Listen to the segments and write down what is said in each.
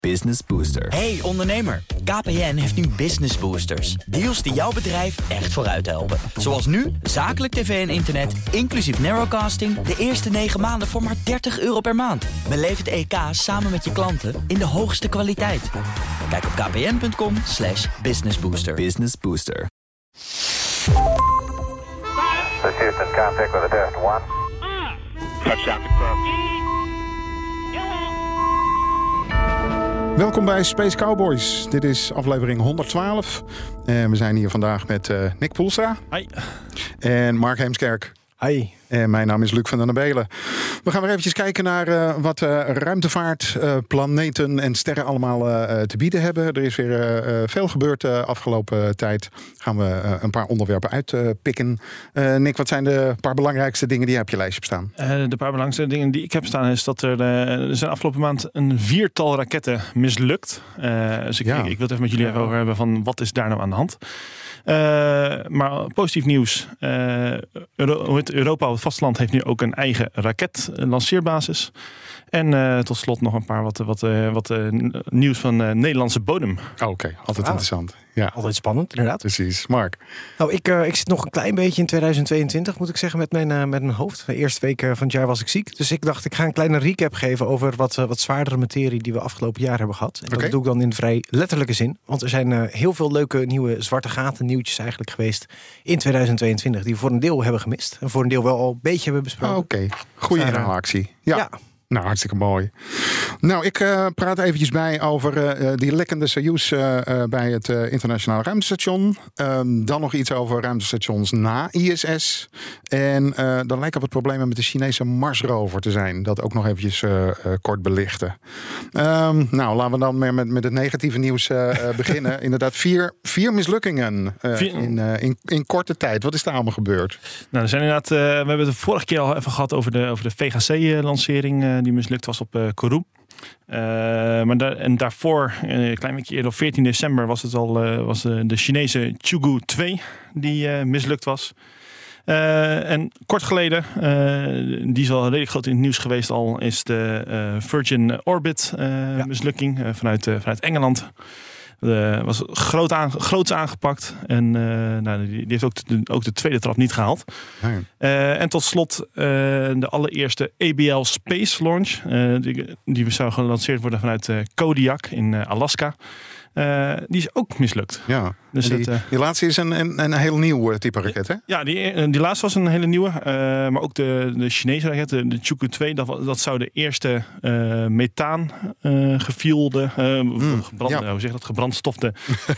Business Booster. Hey ondernemer, KPN heeft nu Business Boosters. Deals die jouw bedrijf echt vooruit helpen. Zoals nu, zakelijk tv en internet, inclusief narrowcasting... de eerste 9 maanden voor maar €30 per maand. Beleef het EK samen met je klanten in de hoogste kwaliteit. Kijk op kpn.com/businessbooster. Business Booster. This Houston, contact with a test 1. Touchdown confirmed. Welkom bij Space Cowboys. Dit is aflevering 112. En we zijn hier vandaag met Nick Poelstra. Hi. En Mark Heemskerk. Hi. En mijn naam is Luc van den Belen. We gaan weer eventjes kijken naar wat ruimtevaart, planeten en sterren allemaal te bieden hebben. Er is weer veel gebeurd de afgelopen tijd. Gaan we een paar onderwerpen uitpikken. Nick, wat zijn de paar belangrijkste dingen die je op je lijstje staan? De paar belangrijkste dingen die ik heb staan is dat er zijn afgelopen maand een 4-tal raketten mislukt. Dus ik wil het even met jullie over hebben van wat is daar nou aan de hand. Maar positief nieuws. Europa op het vasteland heeft nu ook een eigen raketlanceerbasis. En tot slot nog een paar wat nieuws van Nederlandse bodem. Oké, altijd interessant. Ja. Altijd spannend, inderdaad. Precies. Mark? Nou, ik zit nog een klein beetje in 2022, moet ik zeggen, met mijn hoofd. De eerste week van het jaar was ik ziek. Dus ik dacht, ik ga een kleine recap geven over wat zwaardere materie die we afgelopen jaar hebben gehad. En dat doe ik dan in vrij letterlijke zin. Want er zijn heel veel leuke nieuwe zwarte gaten nieuwtjes eigenlijk geweest in 2022. Die we voor een deel hebben gemist. En voor een deel wel al een beetje hebben besproken. Oké. Goede reactie. Ja. Nou, hartstikke mooi. Nou, ik praat eventjes bij over die lekkende Soyuz bij het internationale ruimtestation. Dan nog iets over ruimtestations na ISS. En dan lijkt op het probleem met de Chinese Mars-rover te zijn. Dat ook nog eventjes kort belichten. Nou, laten we dan met het negatieve nieuws beginnen. Inderdaad, vier mislukkingen in korte tijd. Wat is daar allemaal gebeurd? Nou, er zijn inderdaad, we hebben het de vorige keer al even gehad over de VGC-lancering die mislukt was op Kourou. Maar daarvoor, een klein beetje eerder op 14 december, was het al de Chinese Chang'e 2 die mislukt was. En kort geleden, die is al redelijk groot in het nieuws geweest al, is de Virgin Orbit mislukking vanuit Engeland. Was groots aangepakt. En die heeft ook de tweede trap niet gehaald. Nee. En tot slot de allereerste ABL Space Launch. Die zou gelanceerd worden vanuit Kodiak in Alaska. Die is ook mislukt. Ja. Dus die laatste is een heel nieuw type raket, hè? Ja, die laatste was een hele nieuwe. Maar ook de Chinese raket, de Chang'e 2, dat zou de eerste methaan gefuelde, gebrandstofte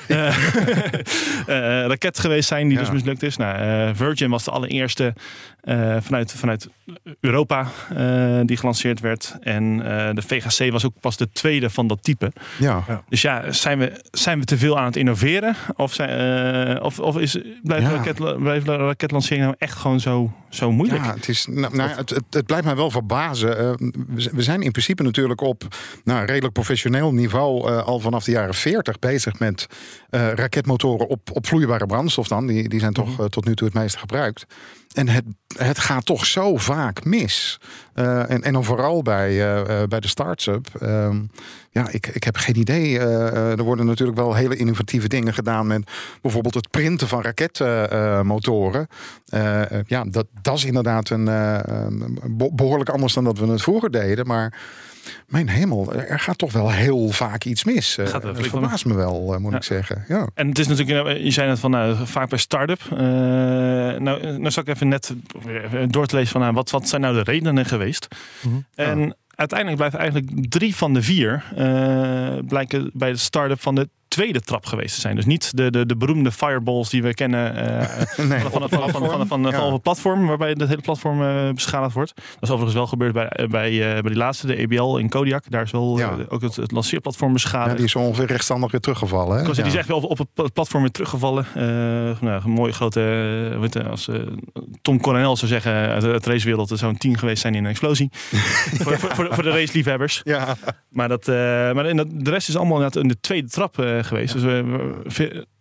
raket geweest zijn die dus mislukt is. Nou, Virgin was de allereerste vanuit Europa die gelanceerd werd. En de VGC was ook pas de tweede van dat type. Ja. Dus ja, zijn we te veel aan het innoveren? Of blijft de raketlancering nou echt gewoon zo moeilijk? Ja, het blijft mij wel verbazen. We zijn in principe natuurlijk op redelijk professioneel niveau al vanaf de jaren 40 bezig met raketmotoren op vloeibare brandstof dan. Die zijn toch tot nu toe het meest gebruikt. En het gaat toch zo vaak mis. En dan vooral bij de start-up. Ik heb geen idee. Er worden natuurlijk wel hele innovatieve dingen gedaan met bijvoorbeeld het printen van raketmotoren. Dat is inderdaad behoorlijk anders dan dat we het vroeger deden. Maar mijn hemel, er gaat toch wel heel vaak iets mis. Dat verbaast me wel, moet ik zeggen. Ja. En het is natuurlijk, je zei net van vaak bij start-up. Nou zal ik even net door te lezen van wat zijn nou de redenen geweest. Mm-hmm. En uiteindelijk blijven eigenlijk 3 van de 4 blijken bij de start-up van de tweede trap geweest te zijn. Dus niet de beroemde fireballs die we kennen van het platform, waarbij het hele platform beschadigd wordt. Dat is overigens wel gebeurd bij die laatste, de ABL in Kodiak. Daar is wel ook het lanceerplatform beschadigd. Ja, die is ongeveer rechtstandig weer teruggevallen. Hè? Die is echt wel op het platform weer teruggevallen. Een mooie grote, als Tom Coronel zou zeggen, uit de racewereld, er zo'n 10 geweest zijn in een explosie. voor de raceliefhebbers. Ja. Maar de rest is allemaal in de tweede trap geweest. Dus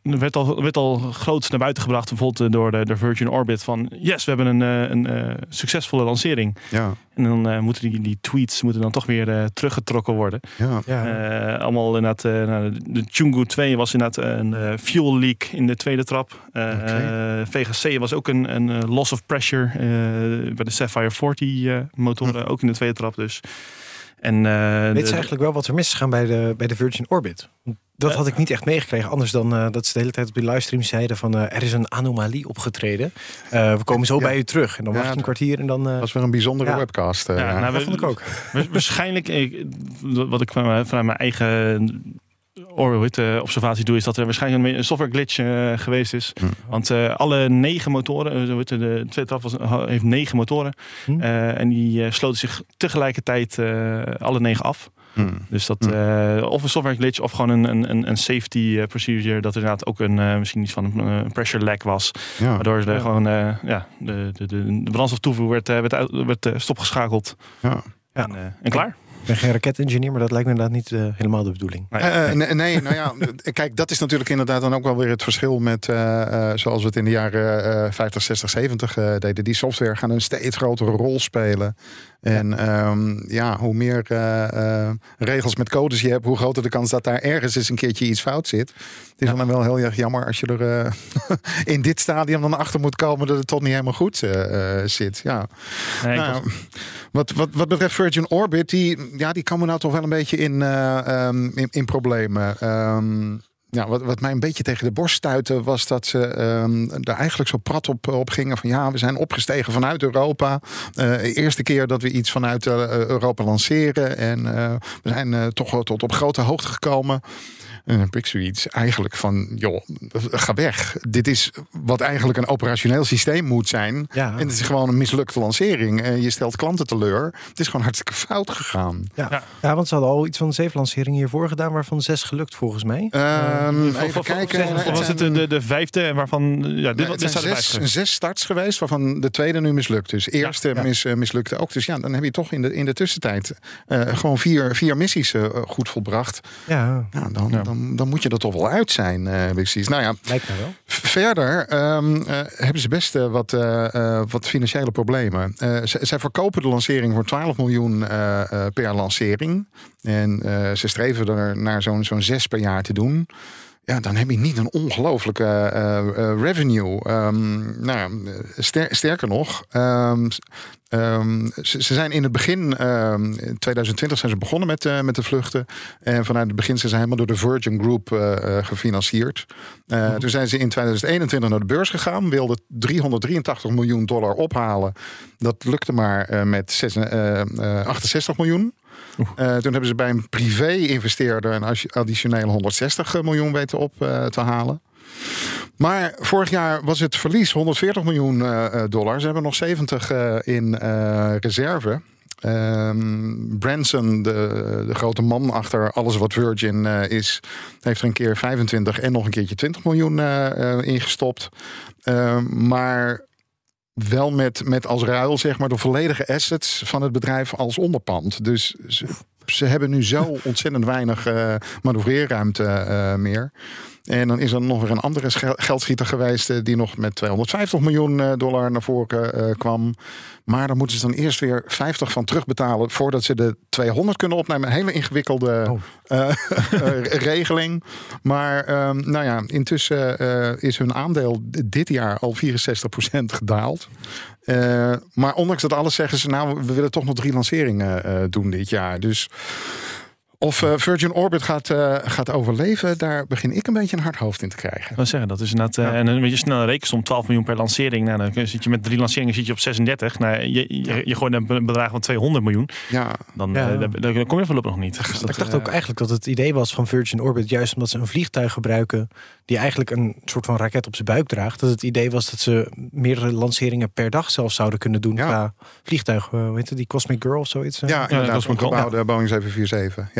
werd al groot naar buiten gebracht, bijvoorbeeld door de Virgin Orbit, van yes, we hebben een succesvolle lancering. Ja. En dan moeten die tweets dan toch weer teruggetrokken worden. Ja. Allemaal inderdaad, de Chungu 2 was inderdaad een fuel leak in de tweede trap. VGC was ook een loss of pressure bij de Sapphire 40 motoren, ook in de tweede trap dus. En, weet ze eigenlijk wel wat er mis is gegaan bij de Virgin Orbit? Dat had ik niet echt meegekregen. Anders dan dat ze de hele tijd op die livestream zeiden van er is een anomalie opgetreden. We komen zo bij u terug. En dan wacht je een kwartier en dan... Dat was weer een bijzondere webcast. Nou, dat vond ik ook. Waarschijnlijk, wat ik vanuit mijn eigen observatie doe, is dat er waarschijnlijk een software glitch geweest is. Want alle 9 motoren, de tweede trap heeft 9 motoren. En die sloten zich tegelijkertijd alle 9 af. Dus dat of een software glitch of gewoon een safety procedure, dat er inderdaad ook misschien iets van een pressure lag was. Ja. Waardoor er gewoon de brandstoftoevoer werd stopgeschakeld. Ja. En klaar. Ik ben geen raketengineer, maar dat lijkt me inderdaad niet helemaal de bedoeling. Nee, nou ja, kijk, dat is natuurlijk inderdaad dan ook wel weer het verschil met zoals we het in de jaren 50, 60, 70 deden. Die software gaan een steeds grotere rol spelen. En hoe meer regels met codes je hebt, hoe groter de kans dat daar ergens eens een keertje iets fout zit. Het is dan wel heel erg jammer als je er in dit stadium dan achter moet komen dat het toch niet helemaal goed zit. Ja. Nee, wat betreft Virgin Orbit, die komen nou toch wel een beetje in problemen. Wat mij een beetje tegen de borst stuitte was dat ze er eigenlijk zo prat op gingen van we zijn opgestegen vanuit Europa. Eerste keer dat we iets vanuit Europa lanceren en we zijn toch tot op grote hoogte gekomen. En dan heb ik zoiets eigenlijk van, ga weg. Dit is wat eigenlijk een operationeel systeem moet zijn. Ja. En het is gewoon een mislukte lancering. Je stelt klanten teleur. Het is gewoon hartstikke fout gegaan. Ja, want ze hadden al iets van 7 lanceringen hiervoor gedaan, waarvan 6 gelukt volgens mij. Even kijken. Of was het de 5e en waarvan... dit zijn 6 starts geweest, waarvan de tweede nu mislukt. Dus eerste mislukte ook. Dus dan heb je toch in de tussentijd gewoon 4 missies goed volbracht. Ja. Dan moet je er toch wel uit zijn, precies. Nou ja, lijkt me wel. Verder hebben ze best wat financiële problemen. Zij verkopen de lancering voor 12 miljoen per lancering. En ze streven er naar zo'n 6 per jaar te doen. Ja, dan heb je niet een ongelooflijke revenue. Sterker nog, ze zijn in het begin, in 2020 zijn ze begonnen met de vluchten. En vanuit het begin zijn ze helemaal door de Virgin Group gefinancierd. Toen zijn ze in 2021 naar de beurs gegaan. Wilden $383 miljoen ophalen. Dat lukte maar met 68 miljoen. Toen hebben ze bij een privé-investeerder een additioneel 160 miljoen weten op te halen. Maar vorig jaar was het verlies $140 miljoen. Ze hebben nog 70 in reserve. Branson, de grote man achter alles wat Virgin is, heeft er een keer 25 en nog een keertje 20 miljoen ingestopt. Maar wel met als ruil, zeg maar, de volledige assets van het bedrijf als onderpand. Dus ze hebben nu zo ontzettend weinig manoeuvreerruimte meer. En dan is er nog weer een andere geldschieter geweest die nog met $250 miljoen naar voren kwam. Maar dan moeten ze dan eerst weer 50 van terugbetalen voordat ze de 200 kunnen opnemen. Een hele ingewikkelde regeling. Maar intussen is hun aandeel dit jaar al 64% gedaald. Maar ondanks dat alles zeggen ze, we willen toch nog 3 lanceringen doen dit jaar. Dus of Virgin Orbit gaat overleven, daar begin ik een beetje een hard hoofd in te krijgen. Ik wil zeggen, dat is inderdaad en een beetje snel rekensom, 12 miljoen per lancering. Nou, dan zit je met 3 lanceringen op 36. Nou, je gooit een bedrag van 200 miljoen. Ja. Dan kom je voorlopig nog niet. Ik dacht ook eigenlijk dat het idee was van Virgin Orbit, juist omdat ze een vliegtuig gebruiken die eigenlijk een soort van raket op zijn buik draagt, dat het idee was dat ze meerdere lanceringen per dag zelf zouden kunnen doen qua vliegtuig. Hoe heet het? Die Cosmic Girl of zoiets? Ja, inderdaad. Een gebouwde Boeing 747. Ja.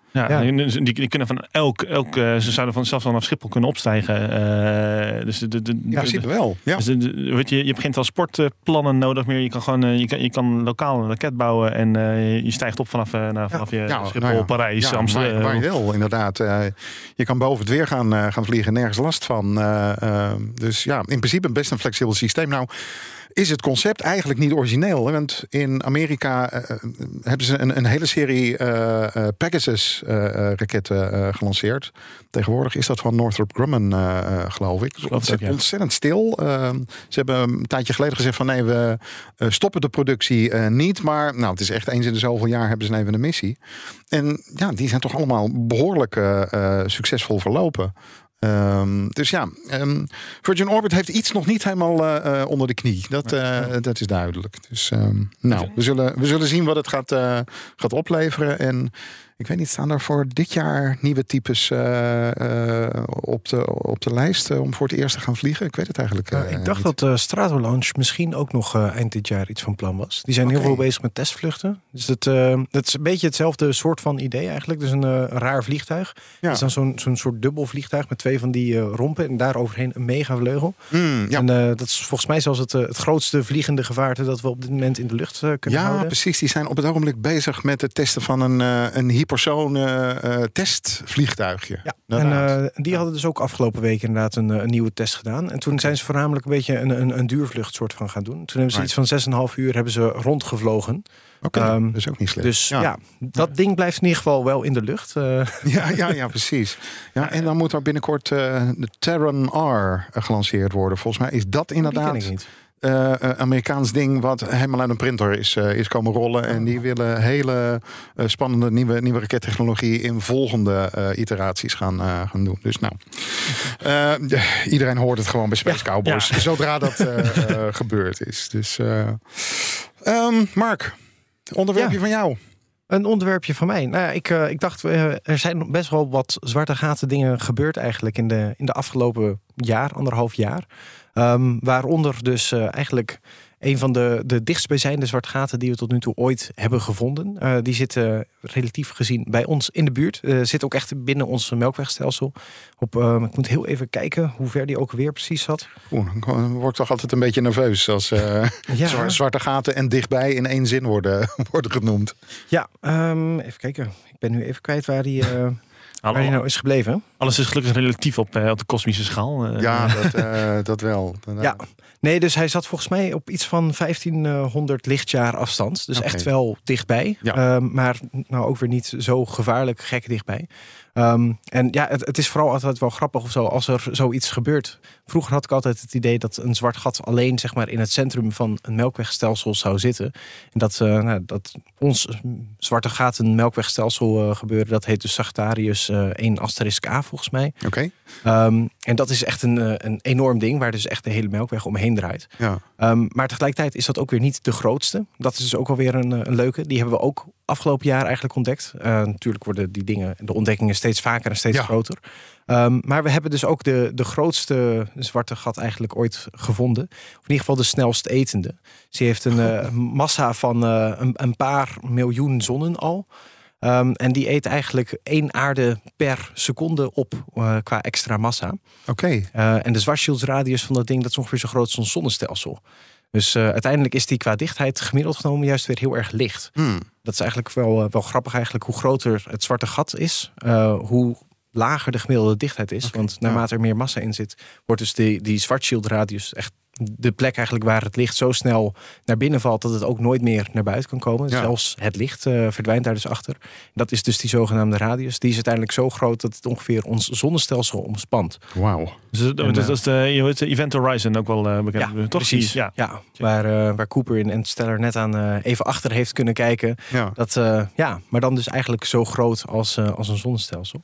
Ja. Die kunnen van ze zouden zelfs vanaf Schiphol kunnen opstijgen. In principe wel. Ja. Dus je hebt geen transportplannen nodig meer. Je kan gewoon je kan lokaal een raket bouwen en je stijgt op vanaf je Schiphol, Parijs, Amsterdam. Waar je wil, inderdaad. Je kan boven het weer gaan vliegen, nergens last van. Dus ja, in principe best een flexibel systeem. Nou, is het concept eigenlijk niet origineel. Hè? Want in Amerika hebben ze een hele serie Pegasus raketten gelanceerd. Tegenwoordig is dat van Northrop Grumman, geloof ik. Ontzettend stil. Ze hebben een tijdje geleden gezegd van nee, we stoppen de productie niet. Maar nou, het is echt eens in de zoveel jaar hebben ze even een missie. En ja, die zijn toch allemaal behoorlijk succesvol verlopen. Dus ja, Virgin Orbit heeft iets nog niet helemaal onder de knie. Dat is duidelijk. Dus we zullen zien wat het gaat opleveren. En ik weet niet, staan er voor dit jaar nieuwe types op de lijst om voor het eerst te gaan vliegen? Ik weet het eigenlijk ik dacht niet. Dat Stratolaunch misschien ook nog eind dit jaar iets van plan was. Die zijn heel veel bezig met testvluchten. Dus dat is een beetje hetzelfde soort van idee eigenlijk. Dus een raar vliegtuig. Ja. Het is dan zo'n soort dubbel vliegtuig met 2 van die rompen en daar overheen een megavleugel. En dat is volgens mij zelfs het grootste vliegende gevaarte dat we op dit moment in de lucht kunnen houden. Ja, precies. Die zijn op het ogenblik bezig met het testen van een hypersoon testvliegtuigje. Ja, en die hadden dus ook afgelopen week inderdaad een nieuwe test gedaan. En toen zijn ze voornamelijk een beetje een duurvlucht soort van gaan doen. Toen hebben ze iets van 6,5 uur hebben ze rondgevlogen. Oké, dat is ook niet slecht. Dus dat ding blijft in ieder geval wel in de lucht. Ja, precies. Ja, en dan moet er binnenkort de Terran R gelanceerd worden. Volgens mij is dat inderdaad... Die ken ik niet. Amerikaans ding wat helemaal uit een printer is komen rollen. En die willen hele spannende nieuwe rakettechnologie in volgende iteraties gaan doen. Dus nou, iedereen hoort het gewoon bij Space Cowboys. Ja. Zodra dat gebeurd is. Dus Mark, onderwerpje van jou. Een onderwerpje van mij. Nou ja, ik dacht, er zijn best wel wat zwarte gaten dingen gebeurd eigenlijk in de afgelopen jaar, 1,5 jaar. Waaronder dus eigenlijk een van de dichtstbijzijnde zwarte gaten die we tot nu toe ooit hebben gevonden. Die zitten relatief gezien bij ons in de buurt. Zit ook echt binnen ons melkwegstelsel. Ik moet heel even kijken hoe ver die ook weer precies zat. Dan word ik toch altijd een beetje nerveus als zwarte gaten en dichtbij in één zin worden genoemd. Ja, even kijken. Ik ben nu even kwijt waar die... Waar hij nou is gebleven. Alles is gelukkig relatief op de kosmische schaal. Dat wel. Ja, nee, dus hij zat volgens mij op iets van 1500 lichtjaar afstand. Dus echt wel dichtbij. Ja. Maar nou ook weer niet zo gevaarlijk gek dichtbij. En ja, het is vooral altijd wel grappig of zo als er zoiets gebeurt. Vroeger had ik altijd het idee dat een zwart gat alleen zeg maar in het centrum van een melkwegstelsel zou zitten. En dat ons zwarte gaten melkwegstelsel gebeuren, dat heet dus Sagittarius 1 asterisk A volgens mij. Oké. En dat is echt een enorm ding waar dus echt de hele melkweg omheen draait. Ja. Maar tegelijkertijd is dat ook weer niet de grootste. Dat is dus ook alweer een leuke. Die hebben we ook afgelopen jaar eigenlijk ontdekt. Natuurlijk worden die dingen, de ontdekkingen steeds vaker en steeds groter. Maar we hebben dus ook de grootste zwarte gat eigenlijk ooit gevonden. Of in ieder geval de snelst etende. Ze heeft een massa van een paar miljoen zonnen al. En die eet eigenlijk 1 aarde per seconde op qua extra massa. Oké. En de Schwarzschildsradius van dat ding, dat is ongeveer zo groot als ons zonnestelsel. Dus uiteindelijk is die qua dichtheid gemiddeld genomen juist weer heel erg licht. Dat is eigenlijk wel grappig eigenlijk. Hoe groter het zwarte gat is, hoe lager de gemiddelde dichtheid is. Want naarmate er meer massa in zit, wordt dus die Schwarzschildsradius echt de plek eigenlijk waar het licht zo snel naar binnen valt dat het ook nooit meer naar buiten kan komen. Ja. Zelfs het licht verdwijnt daar dus achter. Dat is dus die zogenaamde radius. Die is uiteindelijk zo groot dat het ongeveer ons zonnestelsel omspant. Wauw. Dus dat is de Event Horizon ook wel bekend. Ja, toch precies. Ja. Waar Cooper in Interstellar net aan even achter heeft kunnen kijken. Ja. Maar dan dus eigenlijk zo groot als een zonnestelsel.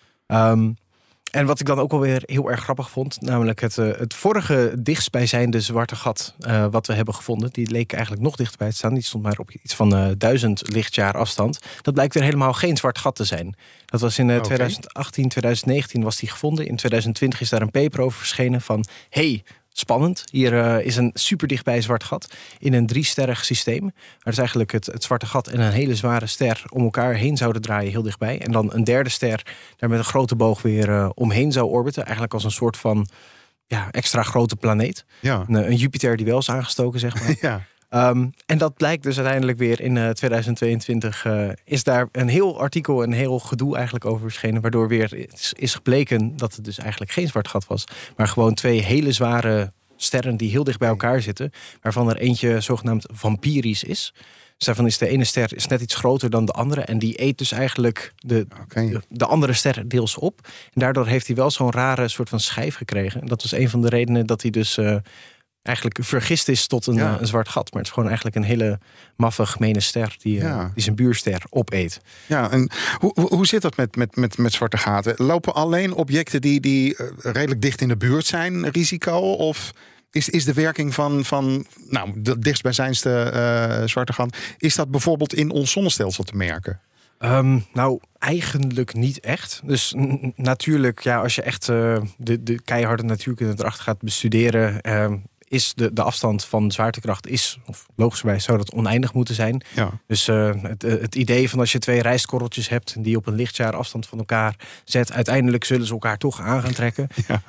En wat ik dan ook alweer heel erg grappig vond, namelijk het vorige dichtstbijzijnde zwarte gat wat we hebben gevonden, die leek eigenlijk nog dichterbij te staan. Die stond maar op iets van 1000 lichtjaar afstand. Dat blijkt weer helemaal geen zwart gat te zijn. Dat was in 2018, 2019 was die gevonden. In 2020 is daar een paper over verschenen van spannend. Hier is een super dichtbij zwart gat in een 3-sterrig systeem. Waar dus eigenlijk het zwarte gat en een hele zware ster om elkaar heen zouden draaien heel dichtbij. En dan een derde ster daar met een grote boog weer omheen zou orbiten. Eigenlijk als een soort van extra grote planeet. Ja. Een Jupiter die wel is aangestoken, zeg maar. Ja. En dat blijkt dus uiteindelijk weer in 2022 is daar een heel artikel, een heel gedoe eigenlijk over verschenen, waardoor weer is gebleken dat het dus eigenlijk geen zwart gat was, maar gewoon 2 hele zware sterren die heel dicht bij elkaar zitten, waarvan er eentje zogenaamd vampirisch is. Dus daarvan is de ene ster is net iets groter dan de andere en die eet dus eigenlijk de andere ster deels op. En daardoor heeft hij wel zo'n rare soort van schijf gekregen. En dat was een van de redenen dat hij dus eigenlijk vergist is tot een zwart gat. Maar het is gewoon eigenlijk een hele maffe, gemene ster die zijn buurster opeet. Ja, en hoe zit dat met zwarte gaten? Lopen alleen objecten die redelijk dicht in de buurt zijn risico? Of is de werking van de dichtstbijzijnste zwarte gat, is dat bijvoorbeeld in ons zonnestelsel te merken? Eigenlijk niet echt. Dus natuurlijk, als je echt de keiharde natuurkunde erachter gaat bestuderen, is de afstand van zwaartekracht of logischerwijs zou dat oneindig moeten zijn. Ja. Dus het idee van als je 2 rijstkorreltjes hebt die op een lichtjaar afstand van elkaar zet, uiteindelijk zullen ze elkaar toch aan gaan trekken.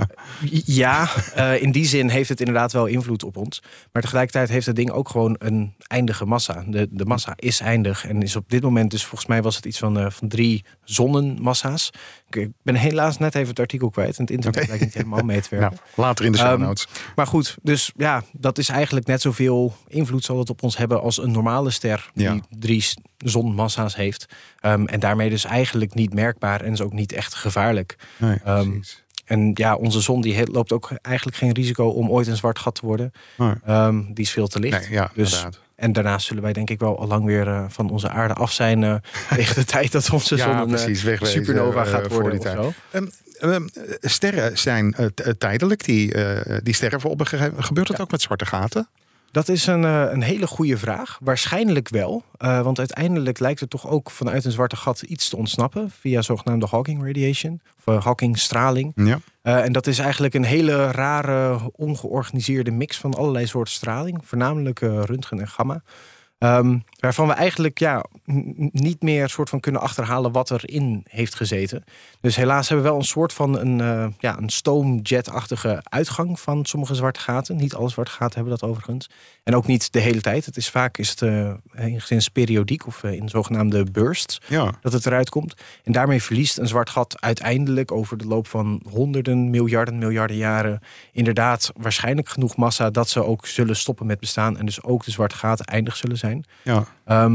In die zin heeft het inderdaad wel invloed op ons. Maar tegelijkertijd heeft het ding ook gewoon een eindige massa. De massa is eindig en is op dit moment, dus volgens mij was het iets van 3 zonnenmassa's. Ik ben helaas net even het artikel kwijt. En het internet lijkt niet helemaal mee te werken. Later in de show notes. Maar goed, dus dat is eigenlijk net zoveel invloed zal het op ons hebben als een normale ster die 3 zonmassa's heeft. En daarmee dus eigenlijk niet merkbaar en is ook niet echt gevaarlijk. Nee, precies. En onze zon die loopt ook eigenlijk geen risico om ooit een zwart gat te worden. Nee. Die is veel te licht. Nee, dus inderdaad. En daarnaast zullen wij denk ik wel al lang weer van onze aarde af zijn tegen de tijd dat onze zon een supernova gaat worden of zo. Sterren zijn tijdelijk, die sterven op een gegeven moment. Gebeurt dat ook met zwarte gaten? Dat is een hele goede vraag. Waarschijnlijk wel. Want uiteindelijk lijkt er toch ook vanuit een zwarte gat iets te ontsnappen via zogenaamde Hawking radiation. Of Hawking straling. Ja. En dat is eigenlijk een hele rare, ongeorganiseerde mix van allerlei soorten straling. Voornamelijk röntgen en gamma. Waarvan we eigenlijk niet meer soort van kunnen achterhalen wat erin heeft gezeten. Dus helaas hebben we wel een soort van een stoomjet-achtige uitgang van sommige zwarte gaten. Niet alle zwarte gaten hebben dat overigens. En ook niet de hele tijd. Het is vaak enigszins periodiek of in zogenaamde bursts dat het eruit komt. En daarmee verliest een zwart gat uiteindelijk over de loop van honderden, miljarden jaren inderdaad waarschijnlijk genoeg massa dat ze ook zullen stoppen met bestaan en dus ook de zwarte gaten eindig zullen zijn. Ja.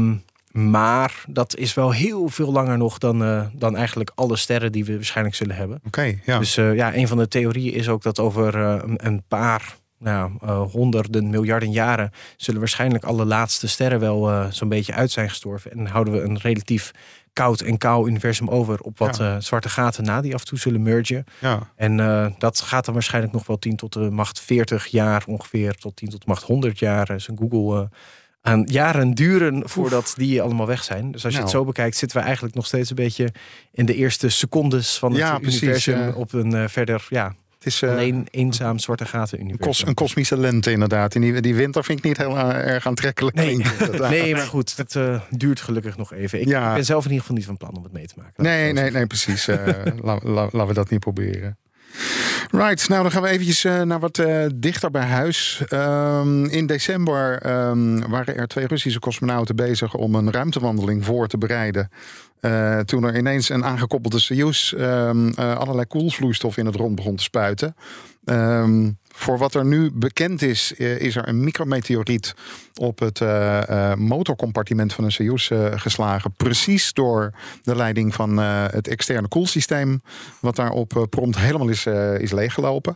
Maar dat is wel heel veel langer nog dan eigenlijk alle sterren die we waarschijnlijk zullen hebben. Dus een van de theorieën is ook dat over een paar honderden, miljarden jaren zullen waarschijnlijk alle laatste sterren wel zo'n beetje uit zijn gestorven. En houden we een relatief koud en kou universum over op wat zwarte gaten na die af en toe zullen mergen. Ja. En dat gaat dan waarschijnlijk nog wel 10 tot de macht 40 jaar ongeveer, tot 10 tot de macht 100 jaar. Zijn Google aan jaren duren voordat die allemaal weg zijn. Dus als je het zo bekijkt, zitten we eigenlijk nog steeds een beetje in de eerste secondes van het universum op een verder het is alleen eenzaam zwarte gaten universum. Een kosmische lente inderdaad. En die winter vind ik niet heel erg aantrekkelijk. Nee, maar goed, het duurt gelukkig nog even. Ik ben zelf in ieder geval niet van plan om het mee te maken. Nee, precies. Laten we dat niet proberen. Right, nou dan gaan we eventjes naar wat dichter bij huis. In december waren er 2 Russische cosmonauten bezig om een ruimtewandeling voor te bereiden. Toen er ineens een aangekoppelde Soyuz allerlei koelvloeistof in het rond begon te spuiten. Voor wat er nu bekend is er een micrometeoriet op het motorcompartiment van een Soyuz geslagen. Precies door de leiding van het externe koelsysteem. Wat daarop prompt helemaal is leeggelopen.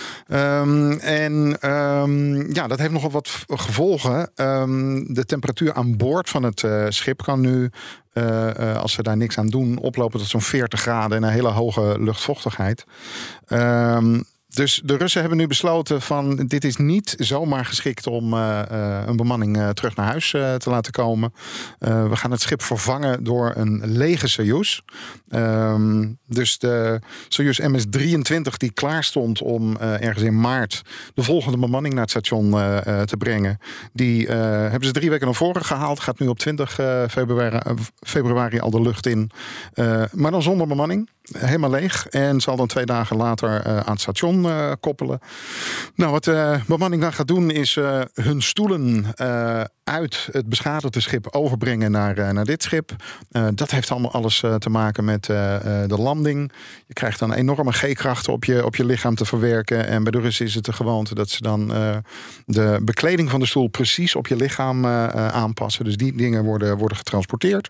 Dat heeft nogal wat gevolgen. De temperatuur aan boord van het schip kan nu, als ze daar niks aan doen, oplopen tot zo'n 40 graden en een hele hoge luchtvochtigheid. Dus de Russen hebben nu besloten van dit is niet zomaar geschikt om een bemanning terug naar huis te laten komen. We gaan het schip vervangen door een lege Soyuz. Dus de Soyuz MS-23 die klaar stond om ergens in maart de volgende bemanning naar het station te brengen. Die hebben ze 3 weken naar voren gehaald. Gaat nu op 20 februari al de lucht in. Maar dan zonder bemanning. Helemaal leeg. En zal dan 2 dagen later aan het station koppelen. Nou, wat de bemanning dan gaat doen is hun stoelen uit het beschadigde schip overbrengen naar dit schip. Dat heeft allemaal alles te maken met de landing. Je krijgt dan enorme G-krachten op je lichaam te verwerken. En bij de Russen is het de gewoonte dat ze dan de bekleding van de stoel precies op je lichaam aanpassen. Dus die dingen worden getransporteerd.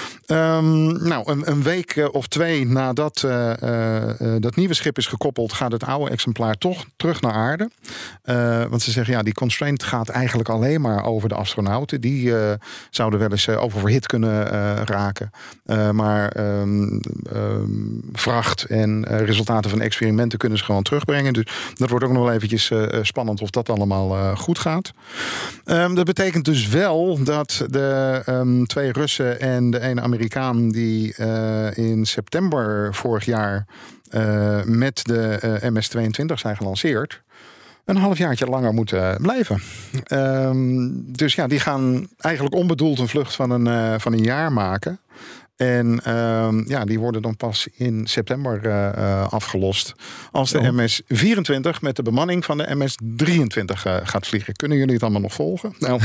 Een week of 2 nadat dat nieuwe schip is gekoppeld, gaat het oude exemplaar toch terug naar aarde. Want ze zeggen, die constraint gaat eigenlijk alleen maar over de astronauten. Die zouden wel eens oververhit kunnen raken. Maar vracht en resultaten van experimenten kunnen ze gewoon terugbrengen. Dus dat wordt ook nog wel eventjes spannend of dat allemaal goed gaat. Dat betekent dus wel dat de 2 Russen en de ene Amerikaan die in september vorig jaar met de MS-22 zijn gelanceerd, een halfjaartje langer moeten blijven. Dus die gaan eigenlijk onbedoeld een vlucht van een jaar maken. En die worden dan pas in september afgelost. Als de MS-24 met de bemanning van de MS-23 gaat vliegen. Kunnen jullie het allemaal nog volgen? Nou.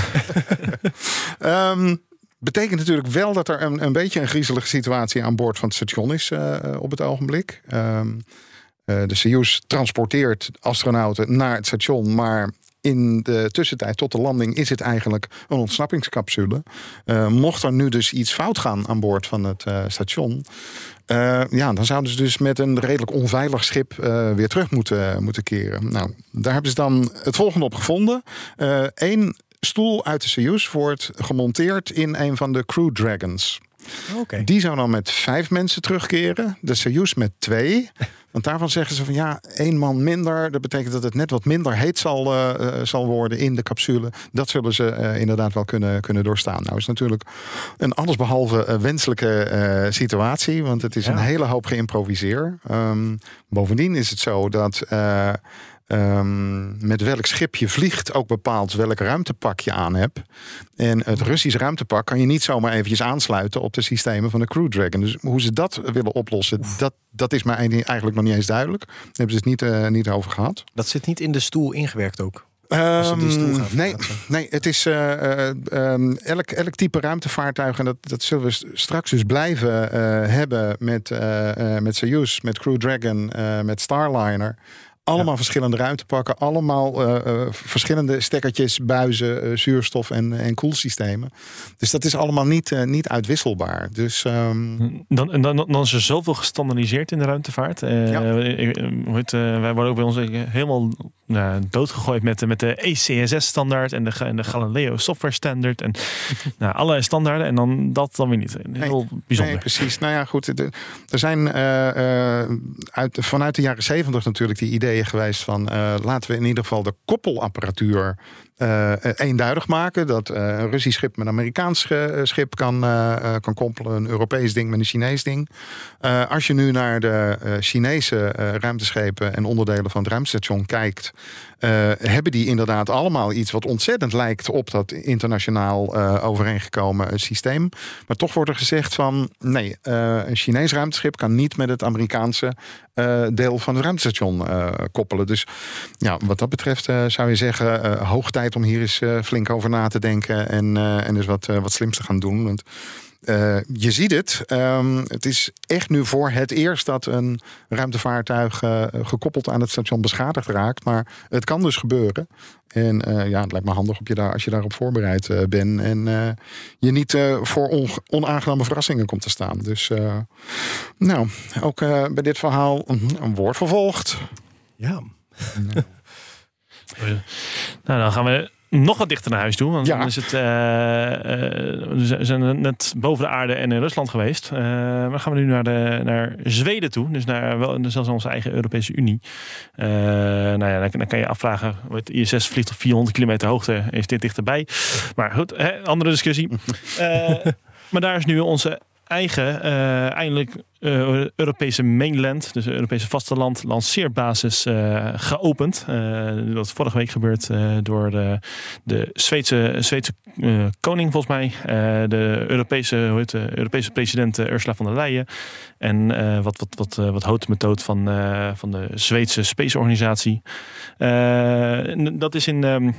Betekent natuurlijk wel dat er een beetje een griezelige situatie aan boord van het station is op het ogenblik. De Soyuz transporteert astronauten naar het station, maar in de tussentijd tot de landing is het eigenlijk een ontsnappingscapsule. Mocht er nu dus iets fout gaan aan boord van het station, dan zouden ze dus met een redelijk onveilig schip weer terug moeten keren. Nou, daar hebben ze dan het volgende op gevonden. 1 stoel uit de Soyuz wordt gemonteerd in een van de Crew Dragons. Okay. Die zou dan met 5 mensen terugkeren. De Soyuz met 2. Want daarvan zeggen ze van 1 man minder. Dat betekent dat het net wat minder heet zal worden in de capsule. Dat zullen ze inderdaad wel kunnen doorstaan. Nou is natuurlijk een allesbehalve wenselijke situatie. Want het is een hele hoop geïmproviseerd. Bovendien is het zo dat met welk schip je vliegt ook bepaalt welk ruimtepak je aan hebt. En het Russisch ruimtepak kan je niet zomaar eventjes aansluiten op de systemen van de Crew Dragon. Dus hoe ze dat willen oplossen, dat is mij eigenlijk nog niet eens duidelijk. Daar hebben ze het niet over gehad. Dat zit niet in de stoel ingewerkt ook? Nee, het is elk type ruimtevaartuig, en dat zullen we straks dus blijven hebben met Soyuz, met Crew Dragon, met Starliner. Allemaal verschillende ruimtepakken, allemaal verschillende stekkertjes, buizen, zuurstof en koelsystemen. Dus dat is allemaal niet uitwisselbaar. Dus, Dan is er zoveel gestandardiseerd in de ruimtevaart. Wij worden ook bij ons helemaal doodgegooid met de ECSS-standaard en de Galileo software standard en allerlei standaarden. En dan dat dan weer niet. Heel bijzonder. Nee, precies. Nou ja, goed. Er zijn vanuit de jaren 70 natuurlijk die ideeën geweest van laten we in ieder geval de koppelapparatuur eenduidig maken. Dat een Russisch schip met een Amerikaans schip kan koppelen. Een Europees ding met een Chinees ding. Als je nu naar de Chinese ruimteschepen en onderdelen van het ruimtestation kijkt, hebben die inderdaad allemaal iets wat ontzettend lijkt op dat internationaal overeengekomen systeem. Maar toch wordt er gezegd van nee, een Chinees ruimteschip kan niet met het Amerikaanse deel van het ruimtestation koppelen. Dus wat dat betreft zou je zeggen hoog tijd om hier eens flink over na te denken en dus wat slims te gaan doen. Want je ziet het. Het is echt nu voor het eerst dat een ruimtevaartuig gekoppeld aan het station beschadigd raakt. Maar het kan dus gebeuren. En het lijkt me handig als je daarop voorbereid bent. En je niet voor onaangename verrassingen komt te staan. Dus ook bij dit verhaal een woord vervolgd. Ja. Nou, dan gaan we nog wat dichter naar huis toe. Want dan is het, we zijn net boven de aarde en in Rusland geweest. Maar dan gaan we nu naar Zweden toe. Dus zelfs onze eigen Europese Unie. Dan kan je afvragen. Het ISS vliegt op 400 kilometer hoogte. Is dit dichterbij? Maar goed, andere discussie. Maar daar is nu onze eigen, eindelijk Europese mainland, dus Europese vasteland, lanceerbasis geopend. Dat is vorige week gebeurd door de Zweedse koning, volgens mij. De Europese president Ursula von der Leyen. En wat houten methode van de Zweedse Space Organisatie. Dat is in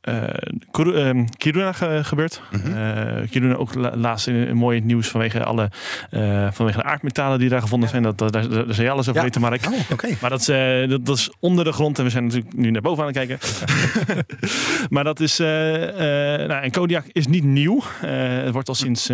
Kiruna gebeurd. Kiruna ook laatst in mooi nieuws vanwege de aardmetalen die daar gevonden zijn. Daar zou je alles over weten, Mark. Okay. Maar dat is onder de grond en we zijn natuurlijk nu naar boven aan het kijken. Maar dat is... en Kodiak is niet nieuw. Het wordt al sinds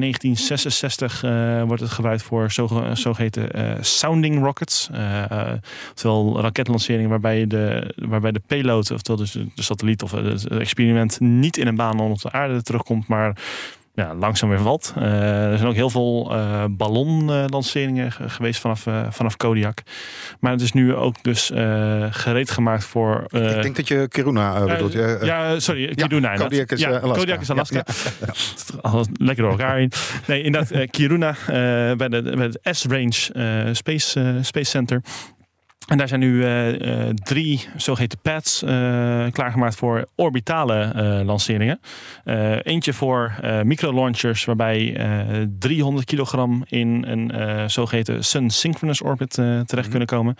1966 wordt het gebruikt voor zogeheten sounding rockets. Oftewel raketlanceringen waarbij de payload, oftewel dus de satelliet of het experiment niet in een baan rond de aarde terugkomt, maar langzaam weer valt. Er zijn ook heel veel ballonlanceringen geweest vanaf Kodiak. Maar het is nu ook dus gereed gemaakt voor... ik denk dat je Kiruna bedoelt. Kiruna. Kodiak is Alaska. Kodiak is Alaska. Ja. Lekker door elkaar heen. Nee, inderdaad, Kiruna bij het S-Range Space Center. En daar zijn nu 3 zogeheten pads klaargemaakt voor orbitale lanceringen. Eentje voor microlaunchers waarbij 300 kilogram in een zogeheten Sun Synchronous Orbit terecht kunnen komen.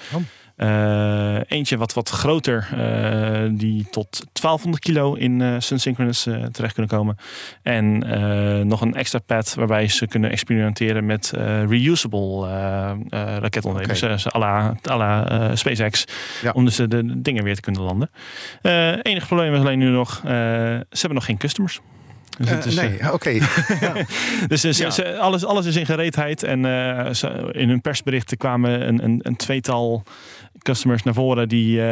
Eentje wat groter, die tot 1200 kilo in Sun Synchronous terecht kunnen komen. En nog een extra pad waarbij ze kunnen experimenteren met reusable raketonderdelen. Dus à la SpaceX. Ja. Om dus de dingen weer te kunnen landen. Enige probleem is alleen nu nog, ze hebben nog geen customers. Dus Dus alles is in gereedheid. En in hun persberichten kwamen een tweetal customers naar voren die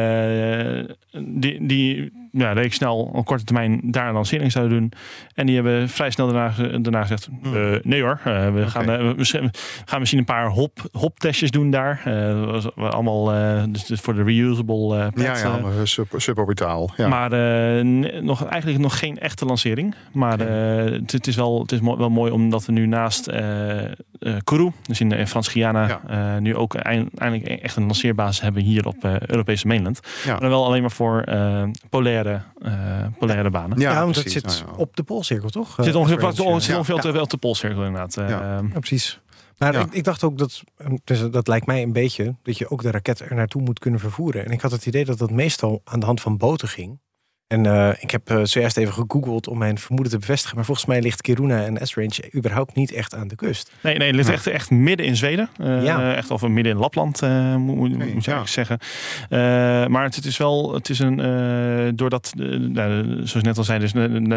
redelijk snel op korte termijn daar een lancering zouden doen. En die hebben vrij snel daarna gezegd, nee hoor, we gaan misschien een paar hop-testjes doen daar. Allemaal dus voor de reusable pads. Suborbitaal. Ja. Maar eigenlijk nog geen echte lancering. Maar het is wel mooi omdat we nu naast Kourou, dus in Frans-Guyana, nu ook eindelijk echt een lanceerbasis hebben hier op Europese mainland. Ja. Maar dan wel alleen maar voor polaire banen. Ja, want het zit op de Poolcirkel, toch? Het zit ongeveer op de Poolcirkel inderdaad. Ja, precies. Maar ik dacht ook dat lijkt mij een beetje dat je ook de raket er naartoe moet kunnen vervoeren. En ik had het idee dat dat meestal aan de hand van boten ging. En ik heb zojuist even gegoogeld om mijn vermoeden te bevestigen. Maar volgens mij ligt Kiruna en S-Range überhaupt niet echt aan de kust. Nee, het ligt echt midden in Zweden. Echt of midden in Lapland, moet je eigenlijk zeggen. Maar het is doordat, zoals je net al zei,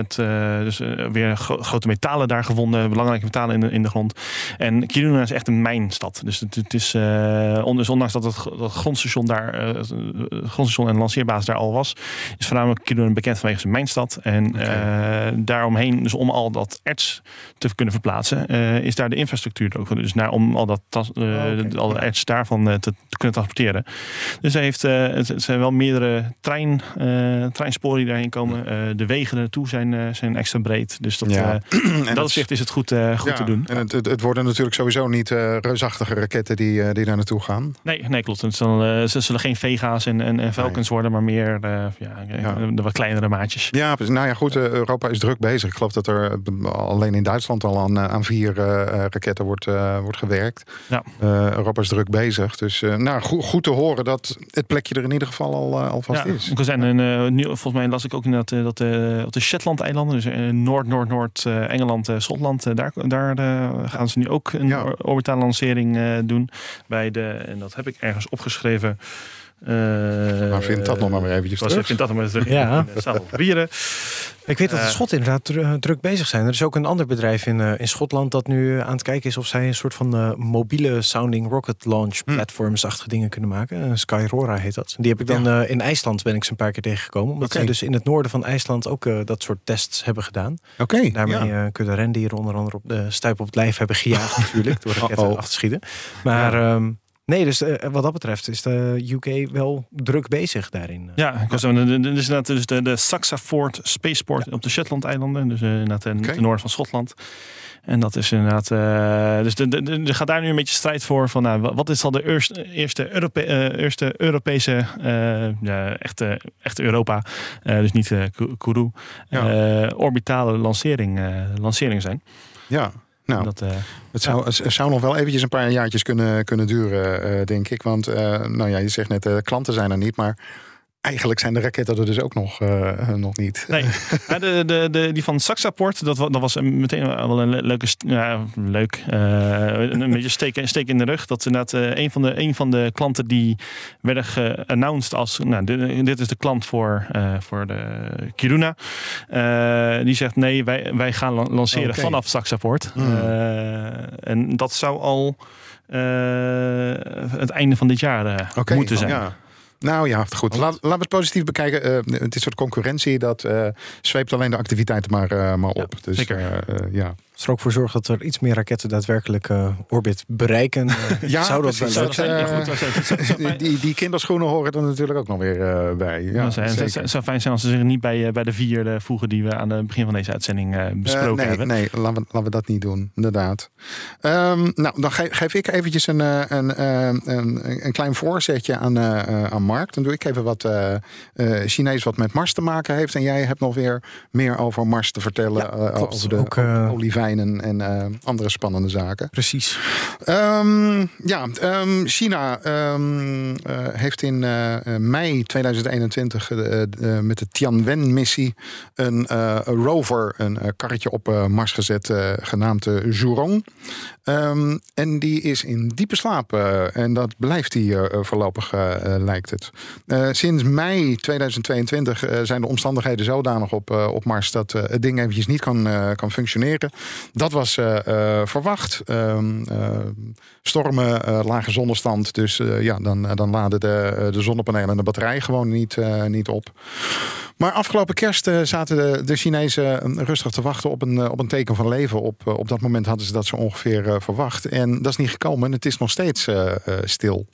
weer grote metalen daar gevonden. Belangrijke metalen in de grond. En Kiruna is echt een mijnstad. Dus het is, ondanks dat het grondstation daar, grondstation en lanceerbasis daar al was, is voornamelijk Kiruna bekend vanwege zijn mijnstad. En daaromheen, dus om al dat erts te kunnen verplaatsen, is daar de infrastructuur ook. Dus om al de erts daarvan te kunnen transporteren. Dus het zijn wel meerdere treinsporen die daarheen komen. De wegen naartoe zijn extra breed. Dus dat opzicht is het goed te doen. En het worden natuurlijk sowieso niet reusachtige raketten die daar naartoe gaan. Nee, klopt. Ze zullen geen Vega's en Falcons worden, maar meer de wat kleinere maatjes. Ja, nou ja, goed. Europa is druk bezig. Ik geloof dat er alleen in Duitsland al aan 4 raketten wordt gewerkt. Ja. Europa is druk bezig. Dus goed te horen dat het plekje er in ieder geval alvast is. We zijn volgens mij las ik ook dat op de Shetland-eilanden, dus Noord, Engeland, Schotland, daar gaan ze nu ook een orbitale lancering doen. En dat heb ik ergens opgeschreven. Maar vind dat nog maar weer eventjes terug. Vind dat nog maar terug. Ja. Zadel Rieren. Ik weet dat de Schotten inderdaad druk bezig zijn. Er is ook een ander bedrijf in Schotland dat nu aan het kijken is of zij een soort van mobiele sounding rocket launch platforms-achtige dingen kunnen maken. Skyrora heet dat. Die heb ik dan in IJsland ben ik ze een paar keer tegengekomen. Omdat zij dus in het noorden van IJsland ook dat soort tests hebben gedaan. Daarmee kunnen rendieren onder andere op de stuip op het lijf hebben gejaagd natuurlijk. Door raketten af te schieten. Maar... nee, dus wat dat betreft is de UK wel druk bezig daarin. Ja, dus inderdaad de Saxaford Spaceport op de Shetland-eilanden. Dus inderdaad in het noorden van Schotland. En dat is inderdaad... dus er gaat daar nu een beetje strijd voor. Van, wat is al de eerste Europese... echte Europa. Dus niet Kourou. Orbitale lancering zijn. Ja. Nou, het zou nog wel eventjes een paar jaartjes kunnen duren, denk ik. Want je zegt net, klanten zijn er niet, maar eigenlijk zijn de raketten er dus ook nog niet. Nee, die van Saxaport, dat was meteen wel een leuke... een beetje steek in de rug. Dat inderdaad een van de klanten die werden geannounced als... dit is de klant voor de Kiruna. Die zegt nee, wij gaan lanceren vanaf Saxaport. En dat zou al het einde van dit jaar moeten zijn. Ja. Nou ja, goed. Laten we het positief bekijken. Dit soort concurrentie, dat zweept alleen de activiteiten maar op. Dus, zeker. Als er ook voor zorgt dat er iets meer raketten daadwerkelijk orbit bereiken, zou dat wel leuk zijn. Die kinderschoenen horen er natuurlijk ook nog weer bij. Ja, het zou fijn zijn als ze zich niet bij de 4 voegen die we aan het begin van deze uitzending besproken hebben. Nee, laten we dat niet doen, inderdaad. Dan geef ik eventjes een klein voorzetje aan Mark. Dan doe ik even wat Chinees wat met Mars te maken heeft. En jij hebt nog weer meer over Mars te vertellen. Over de olieveinen en andere spannende zaken. Precies. China heeft in mei 2021 met de Tianwen-missie een rover, een karretje op Mars gezet, genaamd Zhurong. En die is in diepe slaap. En dat blijft die voorlopig, lijkt het. Sinds mei 2022 zijn de omstandigheden zodanig op Mars dat het ding eventjes niet kan functioneren. Dat was verwacht. Stormen, lage zonnestand. Dus dan laden de zonnepanelen en de batterij gewoon niet op. Maar afgelopen kerst zaten de Chinezen rustig te wachten op een teken van leven. Op dat moment hadden ze dat zo ongeveer verwacht. En dat is niet gekomen. Het is nog steeds stil.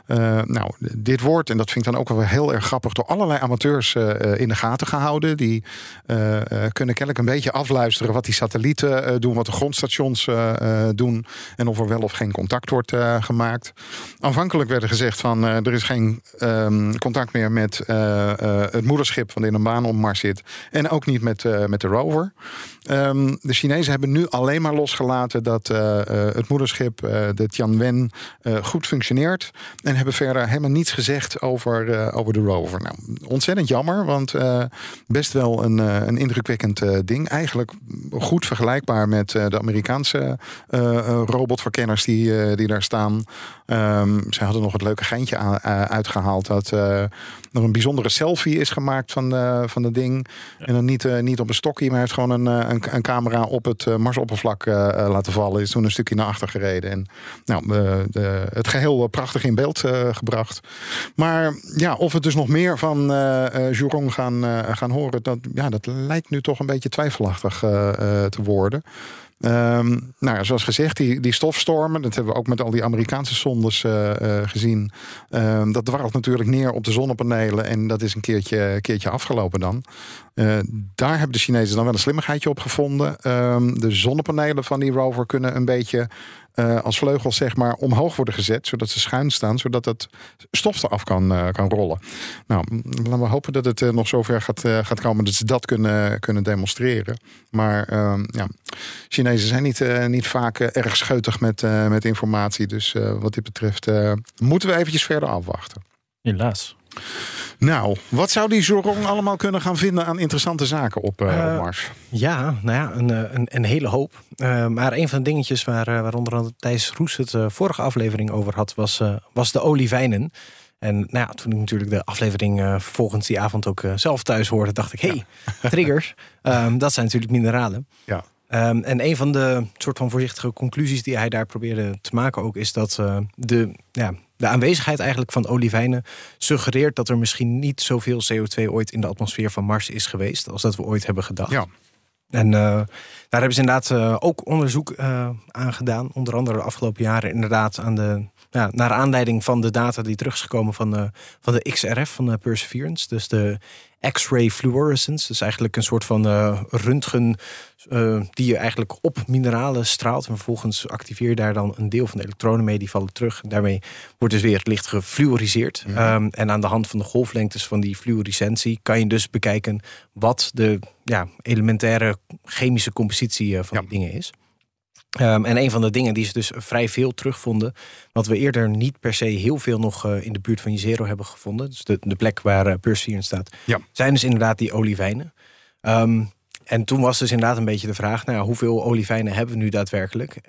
Dit wordt, en dat vind ik dan ook wel heel erg grappig, door allerlei amateurs in de gaten gehouden. Die kunnen kennelijk een beetje afluisteren wat die satellieten doen, wat de grondstations doen en of er wel of geen contact wordt gemaakt. Aanvankelijk werd er gezegd van er is geen contact meer met het moederschip van in een baan om Mars zit. En ook niet met de rover. De Chinezen hebben nu alleen maar losgelaten dat het moederschip, de Tianwen, goed functioneert. En hebben verder helemaal niets gezegd over de rover. Nou, ontzettend jammer, want best wel een indrukwekkend ding. Eigenlijk goed vergelijkbaar met de Amerikaanse robotverkenners die daar staan. Zij hadden nog het leuke geintje uitgehaald dat er een bijzondere selfie is gemaakt van het ding. Ja. En dan niet op een stokje, maar hij heeft gewoon een camera op het Marsoppervlak laten vallen. Is toen een stukje naar achter gereden. En het geheel prachtig in beeld gebracht. Maar ja, of we dus nog meer van Zhurong gaan horen, dat lijkt nu toch een beetje twijfelachtig te worden. Zoals gezegd, die stofstormen, dat hebben we ook met al die Amerikaanse sondes gezien. Dat dwarrelt natuurlijk neer op de zonnepanelen en dat is een keertje afgelopen dan. Daar hebben de Chinezen dan wel een slimmigheidje op gevonden. De zonnepanelen van die rover kunnen een beetje als vleugels zeg maar omhoog worden gezet, zodat ze schuin staan, zodat het stof eraf kan rollen. Nou, laten we hopen dat het nog zover gaat komen dat ze dat kunnen demonstreren. Maar Chinezen zijn niet vaak erg scheutig met informatie. Dus wat dit betreft moeten we eventjes verder afwachten. Helaas. Nou, wat zou die Zhurong allemaal kunnen gaan vinden aan interessante zaken op Mars? Een hele hoop. Maar een van de dingetjes waar onder andere Thijs Roes het vorige aflevering over had, was de olieveinen. En toen ik natuurlijk de aflevering vervolgens die avond ook zelf thuis hoorde, dacht ik, triggers, dat zijn natuurlijk mineralen. Ja. En een van de soort van voorzichtige conclusies die hij daar probeerde te maken ook, is dat de aanwezigheid eigenlijk van olivijnen suggereert dat er misschien niet zoveel CO2 ooit in de atmosfeer van Mars is geweest als dat we ooit hebben gedacht. Ja. En daar hebben ze inderdaad ook onderzoek aan gedaan. Onder andere de afgelopen jaren inderdaad naar aanleiding van de data die terug is gekomen van de XRF van Perseverance. Dus de X-ray fluorescence. Dus eigenlijk een soort van röntgen die je eigenlijk op mineralen straalt. En vervolgens activeer je daar dan een deel van de elektronen mee. Die vallen terug. En daarmee wordt dus weer het licht gefluoriseerd. Ja. En aan de hand van de golflengtes van die fluorescentie kan je dus bekijken wat de elementaire chemische compositie van die dingen is. En een van de dingen die ze dus vrij veel terugvonden, wat we eerder niet per se heel veel nog in de buurt van Jezero hebben gevonden, dus de plek waar Perseverance staat, zijn dus inderdaad die olivijnen. En toen was dus inderdaad een beetje de vraag, hoeveel olivijnen hebben we nu daadwerkelijk?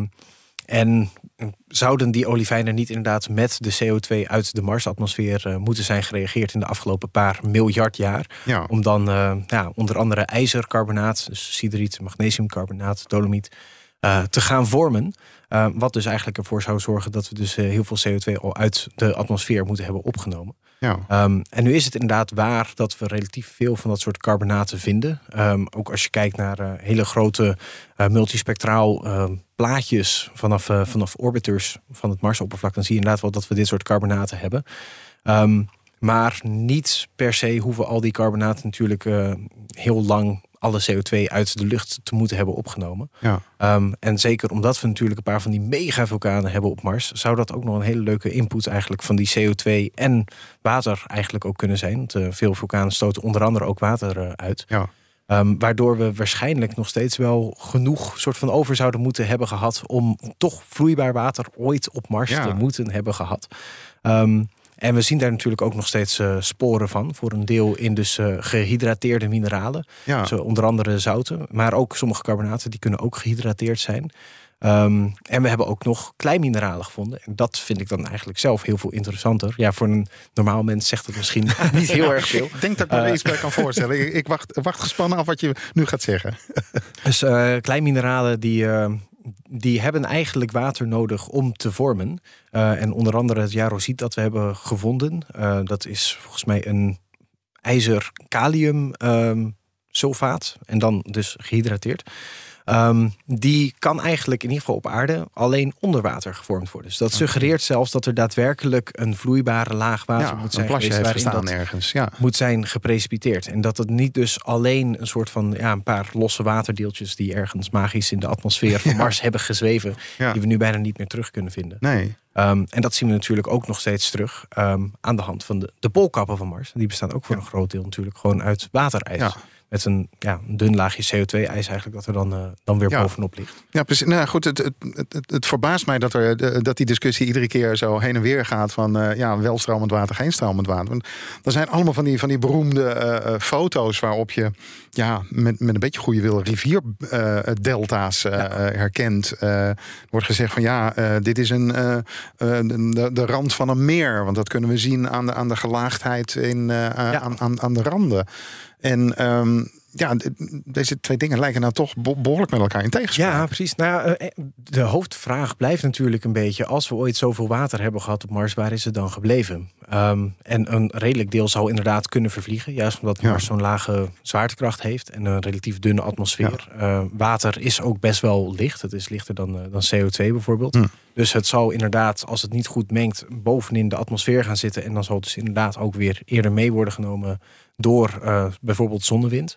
En zouden die olivijnen niet inderdaad met de CO2 uit de Marsatmosfeer moeten zijn gereageerd in de afgelopen paar miljard jaar? Ja. Om dan onder andere ijzercarbonaat, dus sieriet, magnesiumcarbonaat, dolomiet, te gaan vormen. Wat dus eigenlijk ervoor zou zorgen dat we dus heel veel CO2 al uit de atmosfeer moeten hebben opgenomen. Ja. En nu is het inderdaad waar dat we relatief veel van dat soort carbonaten vinden. Ook als je kijkt naar hele grote multispectraal plaatjes vanaf orbiters van het Marsoppervlak, dan zie je inderdaad wel dat we dit soort carbonaten hebben. Maar niet per se hoeven al die carbonaten natuurlijk heel lang alle CO2 uit de lucht te moeten hebben opgenomen. Ja. En zeker omdat we natuurlijk een paar van die megavulkanen hebben op Mars, zou dat ook nog een hele leuke input eigenlijk van die CO2 en water eigenlijk ook kunnen zijn. Want veel vulkanen stoten onder andere ook water uit. Ja. Waardoor we waarschijnlijk nog steeds wel genoeg soort van over zouden moeten hebben gehad om toch vloeibaar water ooit op Mars te moeten hebben gehad. En we zien daar natuurlijk ook nog steeds sporen van. Voor een deel in dus gehydrateerde mineralen. Ja. Dus, onder andere zouten. Maar ook sommige carbonaten die kunnen ook gehydrateerd zijn. En we hebben ook nog kleinmineralen gevonden. En dat vind ik dan eigenlijk zelf heel veel interessanter. Ja, voor een normaal mens zegt het misschien niet heel erg veel. Ik denk dat ik me er iets bij kan voorstellen. Ik wacht gespannen af wat je nu gaat zeggen. Dus kleinmineralen die hebben eigenlijk water nodig om te vormen. En onder andere het jarosiet dat we hebben gevonden. Dat is volgens mij een ijzer-kalium sulfaat. En dan dus gehydrateerd. Die kan eigenlijk in ieder geval op aarde alleen onder water gevormd worden. Dus dat suggereert zelfs dat er daadwerkelijk een vloeibare laag water moet zijn geweest, waarin dat ergens, moet zijn geprecipiteerd. En dat het niet dus alleen een soort van een paar losse waterdeeltjes die ergens magisch in de atmosfeer van Mars hebben gezweven, die we nu bijna niet meer terug kunnen vinden. Nee. En dat zien we natuurlijk ook nog steeds terug aan de hand van de poolkappen van Mars. Die bestaan ook voor een groot deel natuurlijk gewoon uit waterijs. Ja. Met een dun laagje CO2-ijs eigenlijk dat er dan weer bovenop ligt. Ja, precies. Nou goed, het verbaast mij dat die discussie iedere keer zo heen en weer gaat van wel stromend water, geen stromend water. Want er zijn allemaal van die beroemde foto's waarop je met een beetje goede wil rivierdelta's herkent. Wordt gezegd van dit is de rand van een meer. Want dat kunnen we zien aan de gelaagdheid aan de randen. En deze twee dingen lijken nou toch behoorlijk met elkaar in tegenspraak. Ja, precies. De hoofdvraag blijft natuurlijk een beetje, als we ooit zoveel water hebben gehad op Mars, waar is het dan gebleven? En een redelijk deel zou inderdaad kunnen vervliegen, juist omdat Mars zo'n lage zwaartekracht heeft en een relatief dunne atmosfeer. Water is ook best wel licht. Het is lichter dan CO2 bijvoorbeeld. Dus het zal inderdaad, als het niet goed mengt, bovenin de atmosfeer gaan zitten. En dan zal het dus inderdaad ook weer eerder mee worden genomen door bijvoorbeeld zonnewind.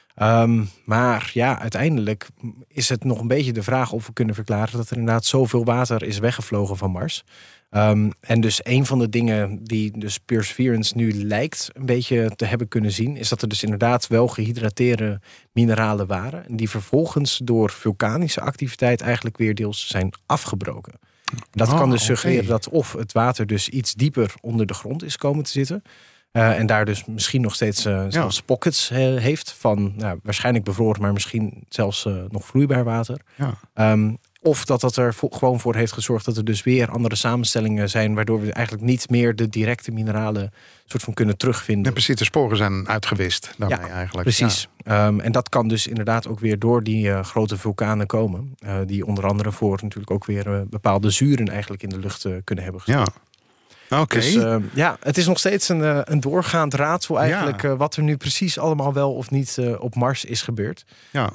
Maar uiteindelijk is het nog een beetje de vraag of we kunnen verklaren dat er inderdaad zoveel water is weggevlogen van Mars. En dus een van de dingen die dus Perseverance nu lijkt een beetje te hebben kunnen zien, is dat er dus inderdaad wel gehydrateerde mineralen waren. En die vervolgens door vulkanische activiteit eigenlijk weer deels zijn afgebroken. Dat kan dus suggereren dat of het water dus iets dieper onder de grond is komen te zitten. En daar dus misschien nog steeds zelfs pockets heeft van waarschijnlijk bevroren, maar misschien zelfs nog vloeibaar water. Ja. Of dat er gewoon voor heeft gezorgd dat er dus weer andere samenstellingen zijn, waardoor we eigenlijk niet meer de directe mineralen soort van kunnen terugvinden. En precies, de sporen zijn uitgewist daarmee eigenlijk. Precies. Ja. En dat kan dus inderdaad ook weer door die grote vulkanen komen. Die onder andere voor natuurlijk ook weer bepaalde zuren eigenlijk in de lucht kunnen hebben gezet. Ja. Oké. Dus het is nog steeds een doorgaand raadsel eigenlijk. Wat er nu precies allemaal wel of niet op Mars is gebeurd. Ja.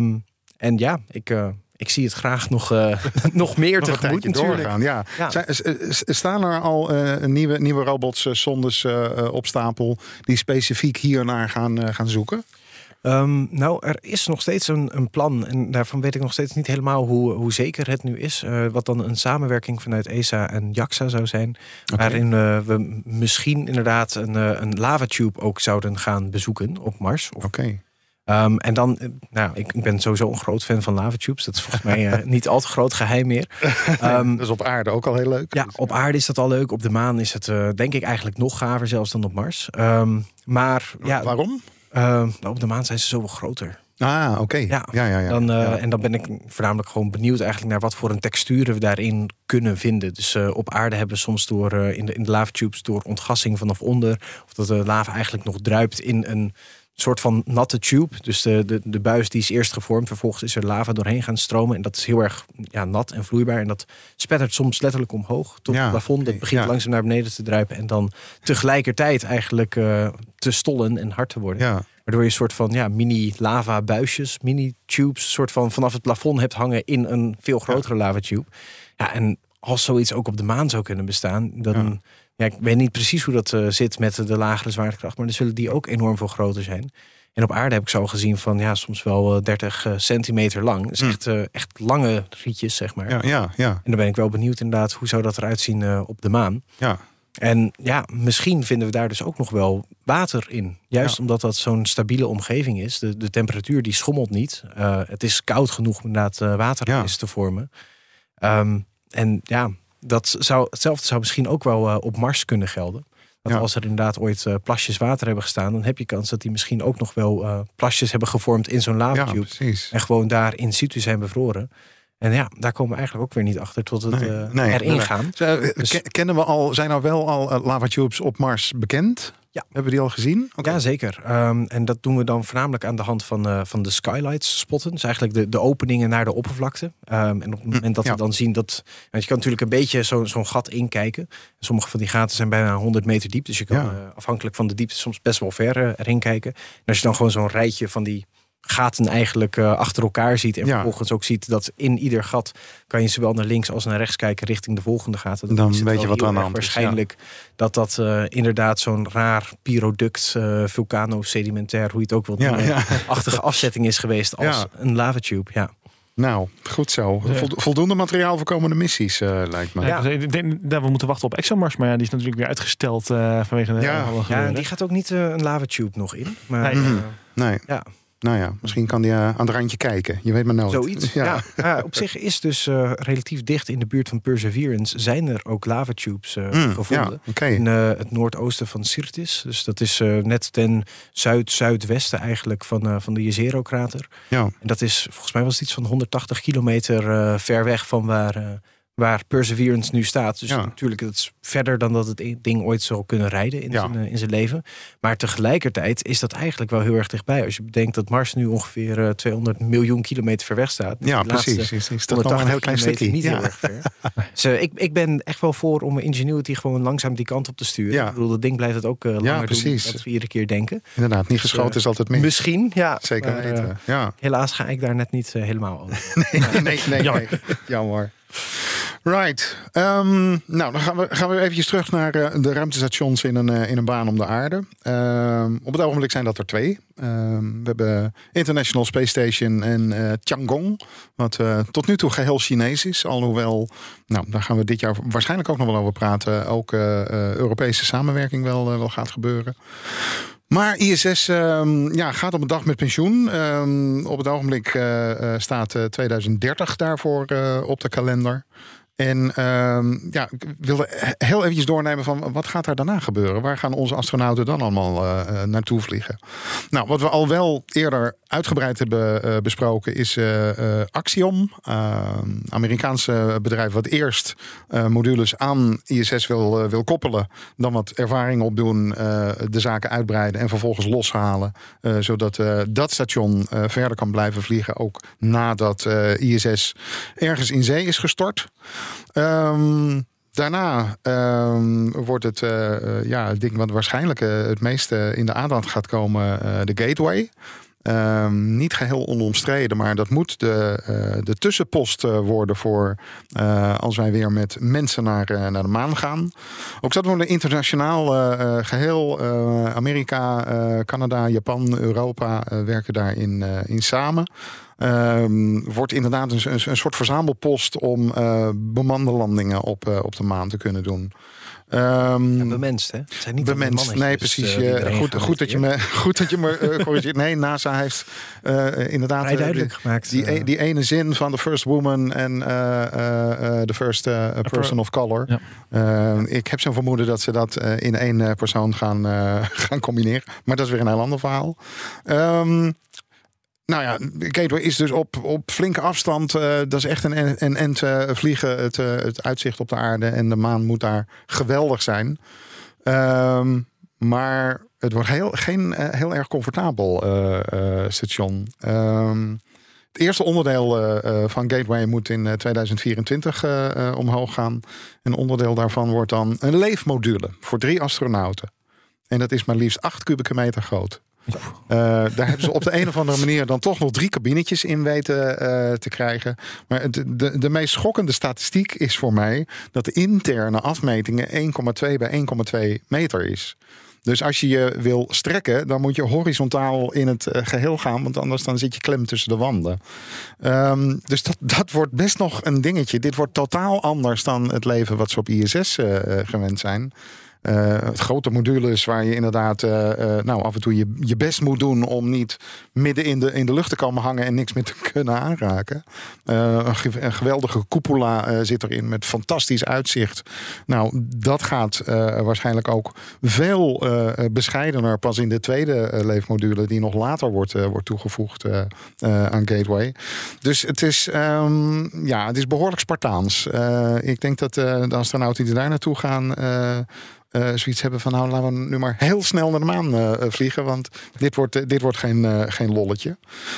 Ik zie het graag nog meer tegemoet natuurlijk. Doorgaan, ja. Staan er al nieuwe robots, zondes op stapel die specifiek hiernaar gaan zoeken? Er is nog steeds een plan. En daarvan weet ik nog steeds niet helemaal hoe zeker het nu is. Wat dan een samenwerking vanuit ESA en JAXA zou zijn. Okay. Waarin we misschien inderdaad een lavatube ook zouden gaan bezoeken op Mars. Oké. En dan, ik ben sowieso een groot fan van lavatubes. Dat is volgens mij niet al te groot geheim meer. Dat is op aarde ook al heel leuk. Ja, op aarde is dat al leuk. Op de maan is het denk ik eigenlijk nog gaver zelfs dan op Mars. Waarom? Op de maan zijn ze zoveel groter. Ah, oké. Ja. En dan ben ik voornamelijk gewoon benieuwd eigenlijk naar wat voor een texturen we daarin kunnen vinden. Dus op aarde hebben we soms door in de lavatubes door ontgassing vanaf onder, of dat de lava eigenlijk nog druipt in een soort van natte tube. Dus de buis die is eerst gevormd. Vervolgens is er lava doorheen gaan stromen. En dat is heel erg nat en vloeibaar. En dat spettert soms letterlijk omhoog tot het plafond. Dat begint langzaam naar beneden te druipen. En dan tegelijkertijd eigenlijk te stollen en hard te worden. Ja. Waardoor je een soort van mini lava buisjes, mini tubes, soort van vanaf het plafond hebt hangen in een veel grotere lavatube. Ja, en als zoiets ook op de maan zou kunnen bestaan, dan ik weet niet precies hoe dat zit met de lagere zwaartekracht, maar dan zullen die ook enorm veel groter zijn. En op aarde heb ik zo gezien van soms wel 30 centimeter lang. Dus echt lange rietjes, zeg maar. Ja. En dan ben ik wel benieuwd inderdaad, hoe zou dat eruit zien op de maan? Ja. En misschien vinden we daar dus ook nog wel water in. Juist omdat dat zo'n stabiele omgeving is. De temperatuur die schommelt niet. Het is koud genoeg om inderdaad water te vormen. Hetzelfde zou misschien ook wel op Mars kunnen gelden. Dat als er inderdaad ooit plasjes water hebben gestaan, dan heb je kans dat die misschien ook nog wel plasjes hebben gevormd in zo'n lavatube. En gewoon daar in situ zijn bevroren. En daar komen we eigenlijk ook weer niet achter tot het erin gaan. Kennen we zijn er wel al lavatubes op Mars bekend? Ja. Hebben we die al gezien? Okay. Ja, zeker. En dat doen we dan voornamelijk aan de hand van de skylights spotten. Dus eigenlijk de openingen naar de oppervlakte. En op het moment dat we dan zien dat, want je kan natuurlijk een beetje zo'n gat inkijken. Sommige van die gaten zijn bijna 100 meter diep. Dus je kan afhankelijk van de diepte soms best wel ver erin kijken. En als je dan gewoon zo'n rijtje van die gaten eigenlijk achter elkaar ziet. En vervolgens ook ziet dat in ieder gat kan je zowel naar links als naar rechts kijken richting de volgende gaten. Dan weet je wat er aan de hand is. Waarschijnlijk dat inderdaad zo'n raar pyroduct, vulcano-sedimentair, hoe je het ook wilt noemen, achtige afzetting is geweest als een lavatube. Ja. Nou, goed zo. Voldoende materiaal voor komende missies, lijkt me. Ja. Ik denk dat we moeten wachten op ExoMars, maar die is natuurlijk weer uitgesteld vanwege de... Ja, die gaat ook niet een lavatube nog in. Maar, nee. Ja. Nou ja, misschien kan die aan het randje kijken. Je weet maar nooit. Zoiets, op zich is dus relatief dicht in de buurt van Perseverance zijn er ook lavatubes gevonden. In het noordoosten van Syrtis. Dus dat is net ten zuidwesten eigenlijk van de Jezero-krater. Ja. En dat is, volgens mij was het iets van 180 kilometer ver weg van waar Perseverance nu staat. Dus natuurlijk, het is verder dan dat het ding ooit zou kunnen rijden in zijn leven. Maar tegelijkertijd is dat eigenlijk wel heel erg dichtbij. Als je bedenkt dat Mars nu ongeveer 200 miljoen kilometer ver weg staat. Ja, precies. Is dat nog een heel klein stukje. Niet heel erg ver. Dus ik ben echt wel voor om Ingenuity gewoon langzaam die kant op te sturen. Ja. Ik bedoel, dat ding blijft het ook langer doen dat we iedere keer denken. Inderdaad, niet geschoten is altijd mis. Misschien, ja. Zeker weten. Helaas ga ik daar net niet helemaal over. Nee. Jammer. Right. Nou, dan gaan we eventjes terug naar de ruimtestations in een baan om de aarde. Op het ogenblik zijn dat er 2. We hebben International Space Station en Tiangong. Wat tot nu toe geheel Chinees is. Alhoewel, daar gaan we dit jaar waarschijnlijk ook nog wel over praten. Ook Europese samenwerking wel gaat gebeuren. Maar ISS gaat op een dag met pensioen. Op het ogenblik staat 2030 daarvoor op de kalender. En ik wilde heel eventjes doornemen van wat gaat er daarna gebeuren? Waar gaan onze astronauten dan allemaal naartoe vliegen? Nou, wat we al wel eerder uitgebreid hebben besproken is Axiom. Amerikaanse bedrijf wat eerst modules aan ISS wil koppelen. Dan wat ervaring opdoen, de zaken uitbreiden en vervolgens loshalen. Zodat dat station verder kan blijven vliegen. Ook nadat ISS ergens in zee is gestort. Daarna wordt het ding wat waarschijnlijk het meeste in de aandacht gaat komen, de Gateway. Niet geheel onomstreden, maar dat moet de tussenpost worden voor als wij weer met mensen naar de maan gaan. Ook dat wordt internationaal geheel. Amerika, Canada, Japan, Europa werken daarin samen. Wordt inderdaad een soort verzamelpost om bemande landingen op de maan te kunnen doen. Bemenst, hè? Het zijn niet bemenst, nee, precies. Goed dat je me corrigeert. Nee, NASA heeft inderdaad duidelijk gemaakt. Die ene zin van The First Woman en The First Person of Color. Ja. Ik heb zo'n vermoeden dat ze dat in één persoon gaan combineren. Maar dat is weer een heel ander verhaal. Nou ja, Gateway is dus op flinke afstand. Dat is echt een end vliegen. Het uitzicht op de aarde en de maan moet daar geweldig zijn. Maar het wordt geen heel erg comfortabel station. Het eerste onderdeel van Gateway moet in 2024 omhoog gaan. Een onderdeel daarvan wordt dan een leefmodule voor 3 astronauten. En dat is maar liefst 8 kubieke meter groot. Daar hebben ze op de een of andere manier dan toch nog 3 kabinetjes in weten te krijgen. Maar de meest schokkende statistiek is voor mij dat de interne afmetingen 1,2 bij 1,2 meter is. Dus als je je wil strekken, dan moet je horizontaal in het geheel gaan. Want anders dan zit je klem tussen de wanden. Dus dat wordt best nog een dingetje. Dit wordt totaal anders dan het leven wat ze op ISS gewend zijn. Het grote modules waar je inderdaad af en toe je best moet doen om niet midden in de lucht te komen hangen en niks meer te kunnen aanraken. Een geweldige cupola zit erin met fantastisch uitzicht. Nou, dat gaat waarschijnlijk ook veel bescheidener pas in de tweede leefmodule die nog later wordt toegevoegd aan Gateway. Dus het is behoorlijk Spartaans. Ik denk dat de astronauten die daar naartoe gaan zoiets hebben van nou laten we nu maar heel snel naar de maan vliegen, want dit wordt geen lolletje.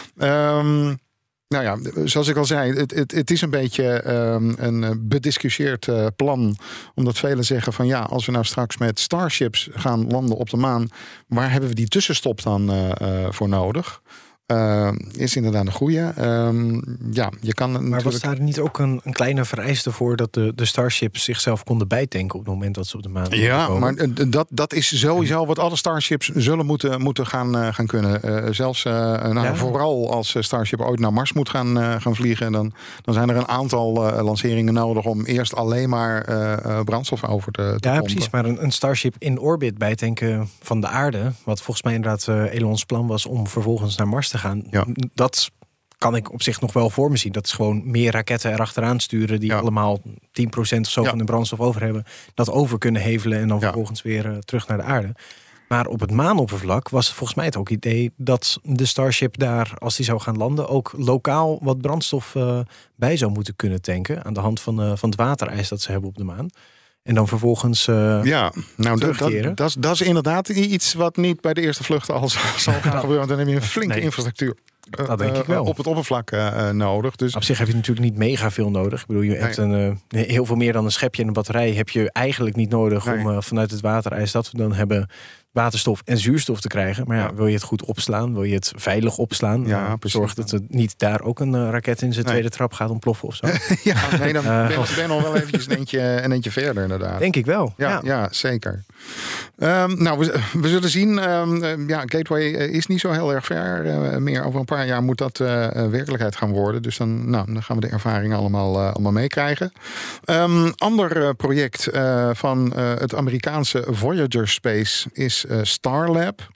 Zoals ik al zei, het is een beetje een bediscussieerd plan. Omdat velen zeggen van ja, als we nou straks met Starships gaan landen op de maan, waar hebben we die tussenstop dan voor nodig? Is inderdaad een goeie. Je kan maar natuurlijk... was daar niet ook een kleine vereiste voor dat de Starships zichzelf konden bijtanken op het moment dat ze op de maan komen? Maar dat is sowieso wat alle Starships zullen moeten gaan kunnen. Zelfs vooral als Starship ooit naar Mars moet gaan vliegen, dan zijn er een aantal lanceringen nodig om eerst alleen maar brandstof over te pompen. Ja, precies. Maar een Starship in orbit bijtanken van de aarde, wat volgens mij inderdaad Elon's plan was om vervolgens naar Mars te gaan. Ja. Dat kan ik op zich nog wel voor me zien. Dat is gewoon meer raketten erachteraan sturen die allemaal 10% of zo van de brandstof over hebben. Dat over kunnen hevelen en dan vervolgens weer terug naar de aarde. Maar op het maanoppervlak was volgens mij het ook idee dat de Starship daar, als die zou gaan landen, ook lokaal wat brandstof bij zou moeten kunnen tanken aan de hand van het waterijs dat ze hebben op de maan. En dan vervolgens terugkeren. Dat is inderdaad iets wat niet bij de eerste vluchten al zal gaan gebeuren. Want dan heb je een flinke infrastructuur dat denk ik wel. Op het oppervlak nodig. Dus... Op zich heb je natuurlijk niet mega veel nodig. Ik bedoel, je hebt heel veel meer dan een schepje en een batterij heb je eigenlijk niet nodig om vanuit het waterijs dat we dan hebben waterstof en zuurstof te krijgen. Maar wil je het goed opslaan? Wil je het veilig opslaan? Zorg dat het niet daar ook een raket in zijn tweede trap gaat ontploffen of zo. Dan ben nog wel eventjes een eentje verder inderdaad. Denk ik wel. Ja, zeker. We zullen zien. Gateway is niet zo heel erg ver. Meer over een paar jaar moet dat werkelijkheid gaan worden. Dus dan gaan we de ervaring allemaal meekrijgen. Ander project van het Amerikaanse Voyager Space is Starlab.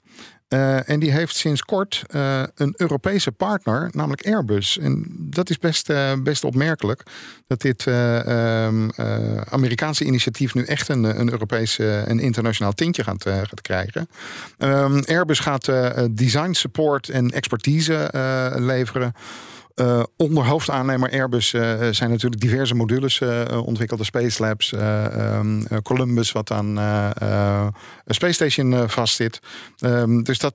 En die heeft sinds kort een Europese partner, namelijk Airbus. En dat is best opmerkelijk. Dat dit Amerikaanse initiatief nu echt een Europese en internationaal tintje gaat krijgen. Airbus gaat design support en expertise leveren. Onder hoofdaannemer Airbus zijn natuurlijk diverse modules ontwikkeld. De Space Labs, Columbus, wat aan Space Station vastzit. Dus dat,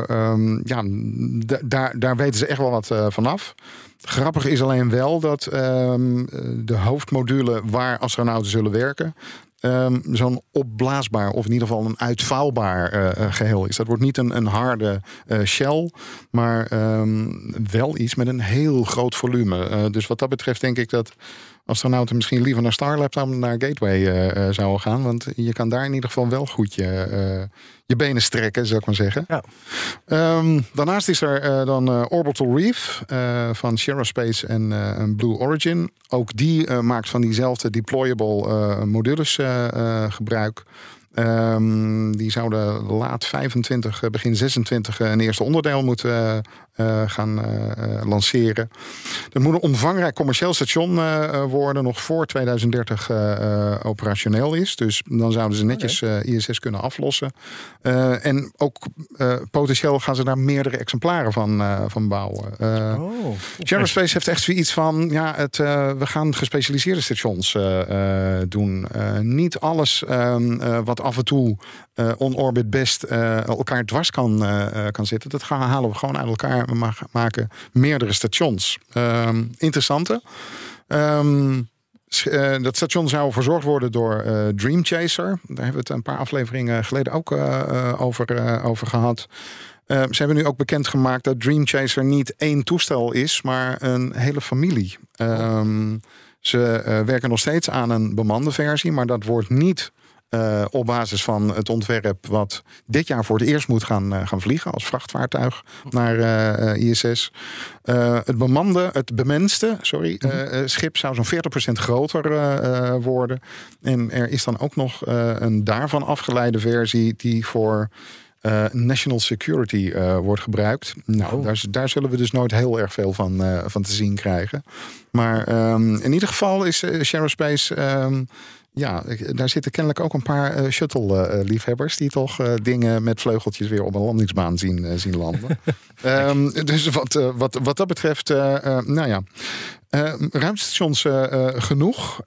daar weten ze echt wel wat vanaf. Grappig is alleen wel dat de hoofdmodule waar astronauten zullen werken zo'n opblaasbaar of in ieder geval een uitvouwbaar geheel is. Dat wordt niet een harde shell, maar wel iets met een heel groot volume. Dus wat dat betreft denk ik dat astronauten misschien liever naar Starlab dan naar Gateway zouden gaan. Want je kan daar in ieder geval wel goed je benen strekken, zou ik maar zeggen. Ja. Daarnaast is er dan Orbital Reef van Sierra en Blue Origin. Ook die maakt van diezelfde deployable modules gebruik. Die zouden laat 25, begin 26 een eerste onderdeel moeten gaan lanceren. Het moet een omvangrijk commercieel station worden, nog voor 2030 operationeel is. Dus dan zouden ze netjes ISS kunnen aflossen. En ook potentieel gaan ze daar meerdere exemplaren van bouwen. Sierra Space heeft echt zoiets van, we gaan gespecialiseerde stations doen. Niet alles wat af en toe on-orbit best elkaar dwars kan zitten. Dat halen we gewoon uit elkaar. We maken meerdere stations. Interessante. Dat station zou verzorgd worden door Dream Chaser. Daar hebben we het een paar afleveringen geleden ook over gehad. Ze hebben nu ook bekendgemaakt dat Dream Chaser niet één toestel is, maar een hele familie. Ze werken nog steeds aan een bemande versie, maar dat wordt niet op basis van het ontwerp wat dit jaar voor het eerst moet gaan vliegen als vrachtvaartuig naar ISS. Het bemenste schip zou zo'n 40% groter worden. En er is dan ook nog een daarvan afgeleide versie die voor national security wordt gebruikt. Nou, daar zullen we dus nooit heel erg veel van te zien krijgen. Maar in ieder geval is Sierra Space daar zitten kennelijk ook een paar shuttle-liefhebbers die toch dingen met vleugeltjes weer op een landingsbaan zien landen. Dus wat dat betreft, ruimtestations genoeg.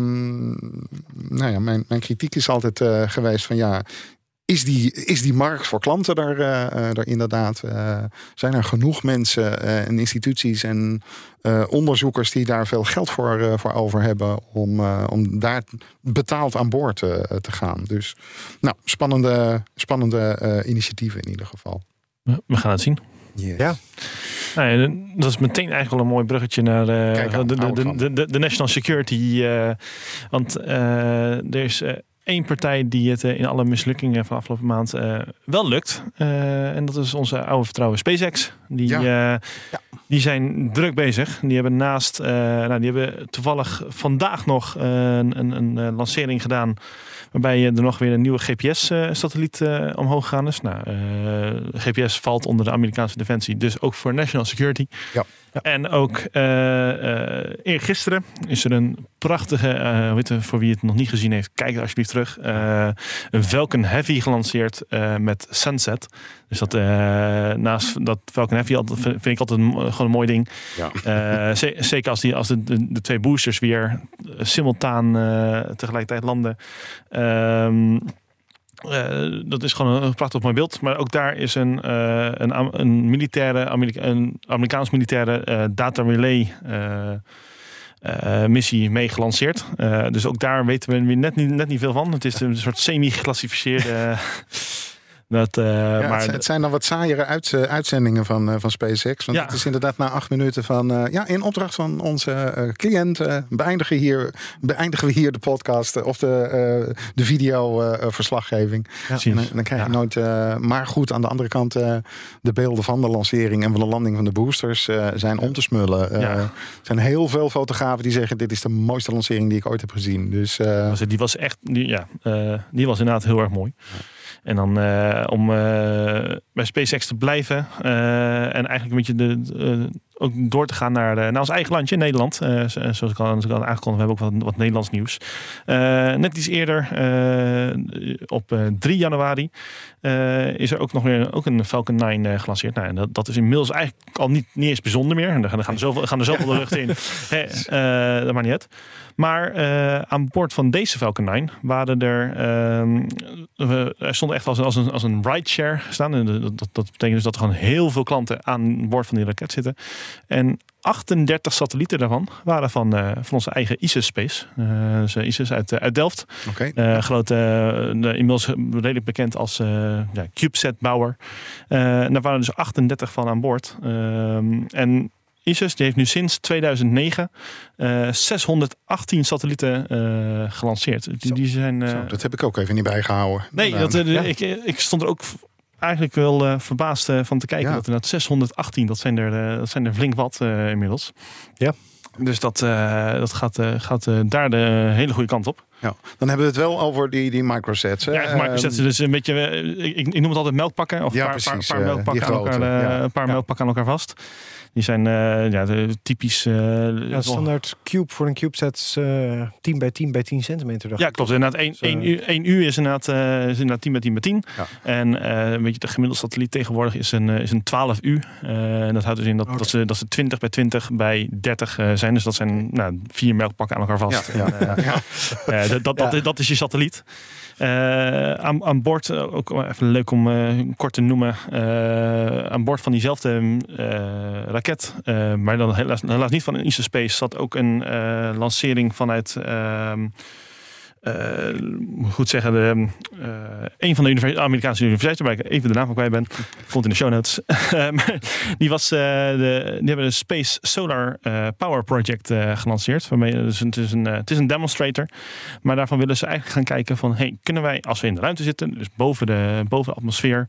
Mijn kritiek is altijd geweest van is die markt voor klanten daar inderdaad? Zijn er genoeg mensen en instituties en onderzoekers die daar veel geld voor over hebben om daar betaald aan boord te gaan? Dus spannende initiatieven in ieder geval. We gaan het zien. Yes. Ja. Dat is meteen eigenlijk wel een mooi bruggetje naar de national security. Want er is één partij die het in alle mislukkingen van afgelopen maand wel lukt. En dat is onze oude vertrouwen SpaceX. Die zijn druk bezig. Die hebben die hebben toevallig vandaag nog een lancering gedaan, waarbij er nog weer een nieuwe GPS-satelliet omhoog gegaan is. GPS valt onder de Amerikaanse defensie, dus ook voor national security. Ja. En ook eergisteren is er een prachtige, voor wie het nog niet gezien heeft, kijk alsjeblieft terug. Een Falcon Heavy gelanceerd met Sunset. Dus dat naast dat Falcon Heavy vind ik altijd gewoon een mooi ding. Ja. Zeker als de twee boosters weer simultaan tegelijkertijd landen. Dat is gewoon een prachtig mooi beeld. Maar ook daar is een Amerikaans militaire data relay missie mee gelanceerd. Dus ook daar weten we net niet veel van. Het is een soort semi-geclassificeerde Het zijn dan wat saaiere uitzendingen van SpaceX. Want het is inderdaad na 8 minuten van in opdracht van onze cliënt beëindigen we hier de podcast of de videoverslaggeving. Dan krijg je nooit. Maar goed, aan de andere kant de beelden van de lancering en van de landing van de boosters zijn om te smullen. Er zijn heel veel fotografen die zeggen: dit is de mooiste lancering die ik ooit heb gezien. Dus die was inderdaad heel erg mooi. En dan om bij SpaceX te blijven en eigenlijk een beetje ook door te gaan naar ons eigen landje, Nederland. Zoals ik al aangekondigd, we hebben ook wat Nederlands nieuws. Net iets eerder, op 3 januari, is er ook nog weer een Falcon 9 gelanceerd. Nou, en dat is inmiddels eigenlijk al niet eens bijzonder meer. En er gaan er zoveel de lucht in. Dat maakt niet uit. Maar aan boord van deze Falcon 9 waren er stond echt als een rideshare gestaan. En dat betekent dus dat er gewoon heel veel klanten aan boord van die raket zitten. En 38 satellieten daarvan waren van onze eigen ISIS Space. Dus ISIS uit Delft. Okay. Inmiddels redelijk bekend als CubeSat-bouwer. En daar waren dus 38 van aan boord. En ISIS die heeft nu sinds 2009 618 satellieten gelanceerd. Die zijn, dat heb ik ook even niet bijgehouden. Nee, ik stond er ook eigenlijk wel verbaasd van te kijken. Dat inderdaad 618, dat zijn er flink wat inmiddels. Ja. Dus dat gaat daar de hele goede kant op. Ja, dan hebben we het wel over die microsats. Hè? Ja, microsats. Dus een beetje, ik noem het altijd melkpakken. Of een paar melkpakken aan elkaar vast. Die zijn typisch... standaard cube voor een CubeSat 10 bij 10 bij 10 centimeter. Ja, klopt. Inderdaad, 1 U is inderdaad 10 bij 10 bij 10. Ja. En een beetje de gemiddelde satelliet tegenwoordig is een 12 U. En dat houdt dus in dat ze 20 bij 20 bij 30 zijn. Dus dat zijn 4 melkpakken aan elkaar vast. Dat is je satelliet. Aan boord, ook even leuk om kort te noemen, aan boord van diezelfde raket, maar dan helaas niet van een ISIS Space, zat ook een lancering vanuit een van de Amerikaanse universiteiten, waar ik even de naam van kwijt ben, komt in de show notes. Die hebben de Space Solar Power Project gelanceerd. Het is een demonstrator, maar daarvan willen ze eigenlijk gaan kijken van, kunnen wij, als we in de ruimte zitten, dus boven de atmosfeer,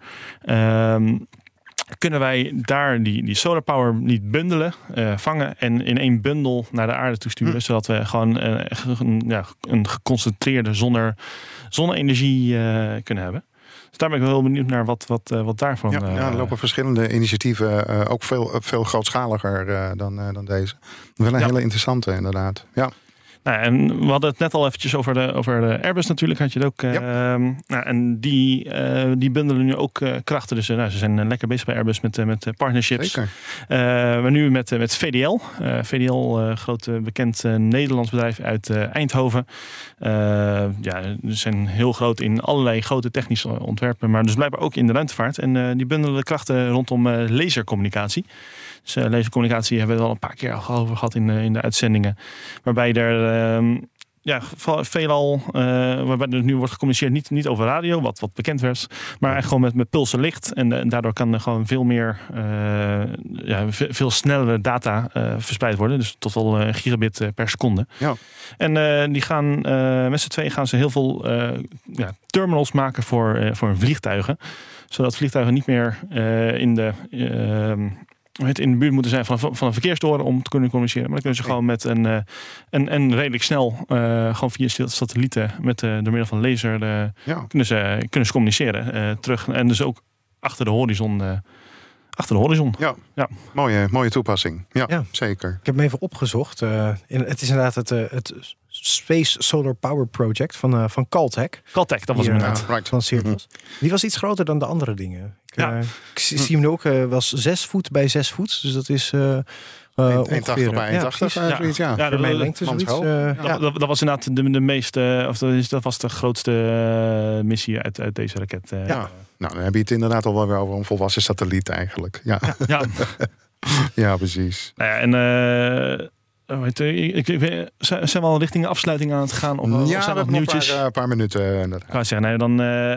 kunnen wij daar die solar power niet bundelen, vangen en in één bundel naar de aarde toesturen, zodat we gewoon een geconcentreerde zonne-energie kunnen hebben. Dus daar ben ik wel heel benieuwd naar wat daarvan... er lopen verschillende initiatieven, ook veel grootschaliger dan deze. Wel een hele interessante inderdaad, ja. Nou, en we hadden het net al eventjes over de Airbus natuurlijk, had je het ook. En die bundelen nu ook krachten. Dus ze zijn lekker bezig bij Airbus met partnerships. Zeker. Maar nu met VDL. VDL, groot bekend Nederlands bedrijf uit Eindhoven. Ze zijn heel groot in allerlei grote technische ontwerpen. Maar dus blijkbaar ook in de ruimtevaart. En die bundelen de krachten rondom lasercommunicatie. Dus lasercommunicatie hebben we het al een paar keer al over gehad in de uitzendingen. Waarbij er veelal, waarbij er nu wordt gecommuniceerd niet over radio, wat bekend werd, maar eigenlijk gewoon met pulsen licht. En daardoor kan er gewoon veel meer, veel snellere data verspreid worden. Dus tot wel een gigabit per seconde. Ja. En die gaan, met z'n tweeën gaan ze heel veel terminals maken voor vliegtuigen. Zodat vliegtuigen niet meer in de buurt moeten zijn van een verkeerstoren om te kunnen communiceren. Maar dan kunnen ze gewoon met een redelijk snel, gewoon via satellieten, door middel van laser, kunnen ze communiceren terug. En dus ook achter de horizon. Ja. Mooie toepassing. Ja, zeker. Ik heb hem even opgezocht. Het is inderdaad het Space Solar Power Project van Caltech. Caltech, dat was inderdaad. Gelanceerd was. Die was iets groter dan de andere dingen. Ik zie hem nu ook, was 6 voet bij 6 voet. Dus dat is 1,80 bij 1,80. Ja, mijn lengte zoiets. Dat was inderdaad de meeste, dat was de grootste missie uit deze raket. Nou, dan heb je het inderdaad al wel weer over een volwassen satelliet eigenlijk. Ja, ja precies. Nou ja, zijn we al richting afsluiting aan het gaan? Of we hebben nog een paar minuten. Ik wou zeggen, dan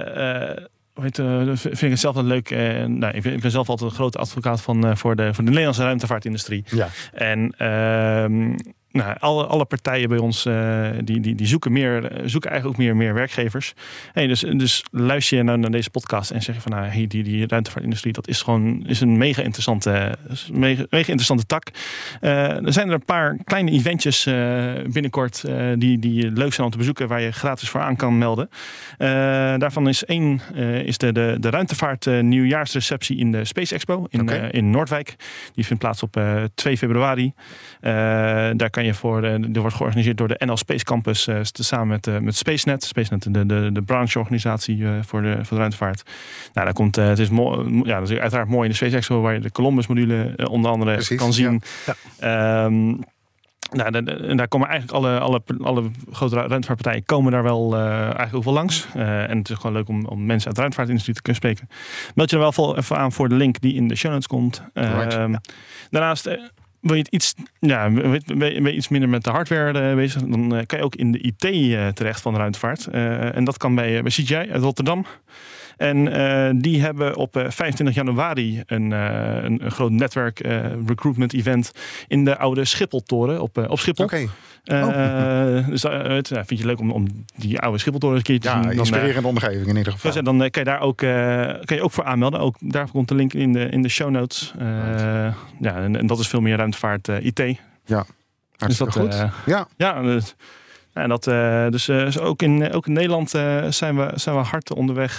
vind ik het zelf wel leuk. Ik ben zelf altijd een grote advocaat voor de Nederlandse ruimtevaartindustrie. Ja. En alle partijen bij ons die zoeken eigenlijk ook meer werkgevers. Dus luister je naar deze podcast en zeg je van die ruimtevaartindustrie, dat is een mega interessante tak. Er zijn er een paar kleine eventjes binnenkort die leuk zijn om te bezoeken, waar je gratis voor aan kan melden. Daarvan is één de ruimtevaart nieuwjaarsreceptie in de Space Expo in Noordwijk. Die vindt plaats op 2 februari. Daar kan je er wordt georganiseerd door de NL Space Campus samen met SpaceNet. SpaceNet, de brancheorganisatie voor de ruimtevaart. Nou, het is dat is uiteraard mooi in de Space Expo, waar je de Columbus-module onder andere kan zien. Ja. En daar komen eigenlijk alle grote ruimtevaartpartijen komen daar wel eigenlijk ook wel langs. En het is gewoon leuk om mensen uit de ruimtevaartindustrie te kunnen spreken. Meld je er wel even aan voor de link die in de show notes komt. Daarnaast wil je iets minder met de hardware bezig, dan kan je ook in de IT terecht van de ruimtevaart. En dat kan bij CGI uit Rotterdam. En die hebben op 25 januari een groot netwerk recruitment event in de oude Schipholtoren op Schiphol. Okay. Dus vind je leuk om die oude Schipholtoren een keer te zien. Ja, inspirerende omgeving in ieder geval. Dus, dan kan je daar ook voor aanmelden. Ook daarvoor komt de link in de show notes. En dat is veel meer ruimtevaart IT. Ja, hartstikke goed. En dus ook in Nederland zijn we hard onderweg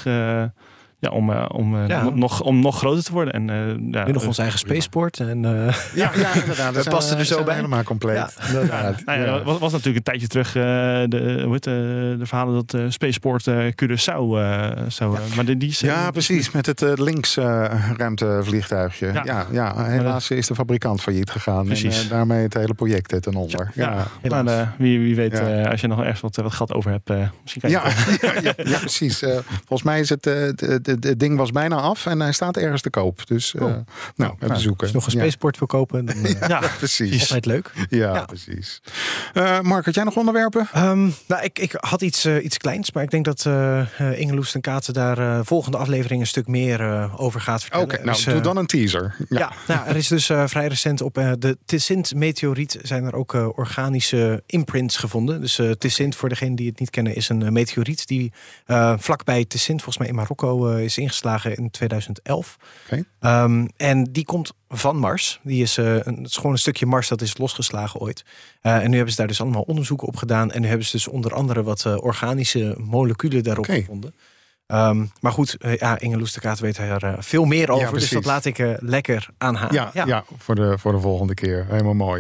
om nog groter te worden. En nu nog ons eigen spaceport. En, inderdaad. Dat past er zo bij. Helemaal compleet. Ja. Was natuurlijk een tijdje terug de verhalen dat Spaceport Curaçao zou... maar precies. Met het Lynx ruimtevliegtuigje. Ja, helaas is de fabrikant failliet gegaan. Precies. En daarmee het hele project ten onder. Maar wie weet, als je nog ergens wat geld over hebt, misschien kan je ja, precies. Volgens mij is het ding was bijna af en hij staat ergens te koop. Dus even zoeken. Als je nog een spaceport wil kopen, dan precies. Altijd leuk. Ja, precies. Mark, had jij nog onderwerpen? Ik had iets kleins, maar ik denk dat Inge Loes ten Katen daar volgende aflevering een stuk meer over gaat vertellen. Oké, doe dan een teaser. Er is dus vrij recent op de Tessint-meteoriet zijn er ook organische imprints gevonden. Dus Tessint, voor degenen die het niet kennen, is een meteoriet die vlakbij Tessint, volgens mij in Marokko, is ingeslagen in 2011. Okay. En die komt van Mars. Het is gewoon een stukje Mars dat is losgeslagen ooit. En nu hebben ze daar dus allemaal onderzoeken op gedaan. En nu hebben ze dus onder andere wat organische moleculen daarop gevonden. Maar goed, Inge Loes ten Katen weet daar veel meer over. Dus dat laat ik lekker aan haar. Ja, voor de volgende keer. Helemaal mooi.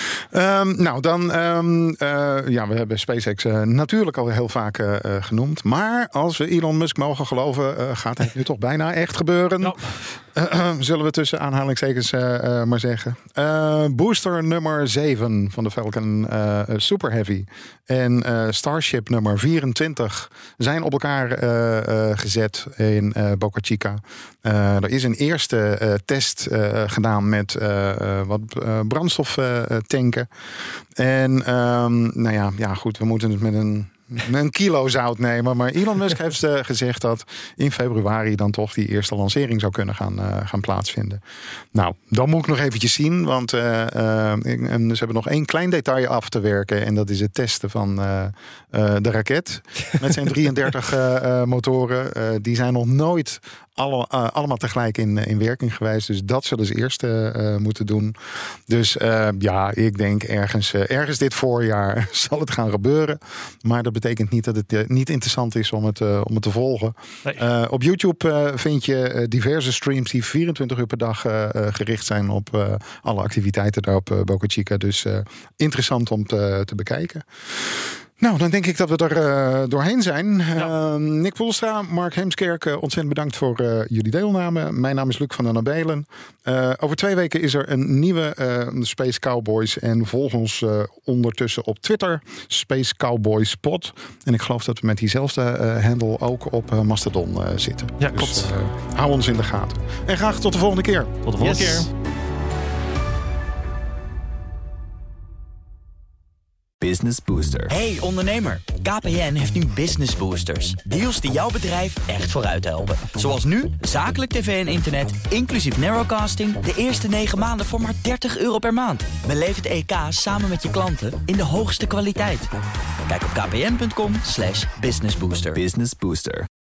We hebben SpaceX natuurlijk al heel vaak genoemd. Maar als we Elon Musk mogen geloven, gaat het nu toch bijna echt gebeuren. Zullen we tussen aanhalingstekens maar zeggen. Booster nummer 7 van de Falcon Super Heavy en Starship nummer 24 zijn op elkaar gezet in Boca Chica. Er is een eerste test gedaan met wat brandstoftanken. En goed, we moeten het met een kilo zout nemen. Maar Elon Musk heeft gezegd dat in februari dan toch die eerste lancering zou kunnen gaan plaatsvinden. Nou, dan moet ik nog eventjes zien. Want ze hebben nog één klein detail af te werken. En dat is het testen van de raket. Met zijn 33 motoren. Die zijn nog nooit allemaal tegelijk in werking geweest. Dus dat zullen ze eerst moeten doen. Dus ik denk ergens dit voorjaar zal het gaan gebeuren. Maar dat betekent niet dat het niet interessant is om het te volgen. Nee. Op YouTube vind je diverse streams die 24 uur per dag gericht zijn op alle activiteiten daar op Boca Chica. Dus interessant om te bekijken. Nou, dan denk ik dat we er doorheen zijn. Ja. Nick Poelstra, Mark Heemskerk, ontzettend bedankt voor jullie deelname. Mijn naam is Luc van den Abelen. Over 2 weken is er een nieuwe Space Cowboys. En volg ons ondertussen op Twitter, Space Cowboys Pod. En ik geloof dat we met diezelfde handle ook op Mastodon zitten. Ja, klopt. Dus hou ons in de gaten. En graag tot de volgende keer. Tot de volgende keer. Business Booster. Hey ondernemer, KPN heeft nu Business Boosters. Deals die jouw bedrijf echt vooruit helpen. Zoals nu, zakelijk tv en internet, inclusief narrowcasting... de eerste 9 maanden voor maar €30 per maand. Beleef het EK samen met je klanten in de hoogste kwaliteit. Kijk op kpn.com/businessbooster. Business Booster.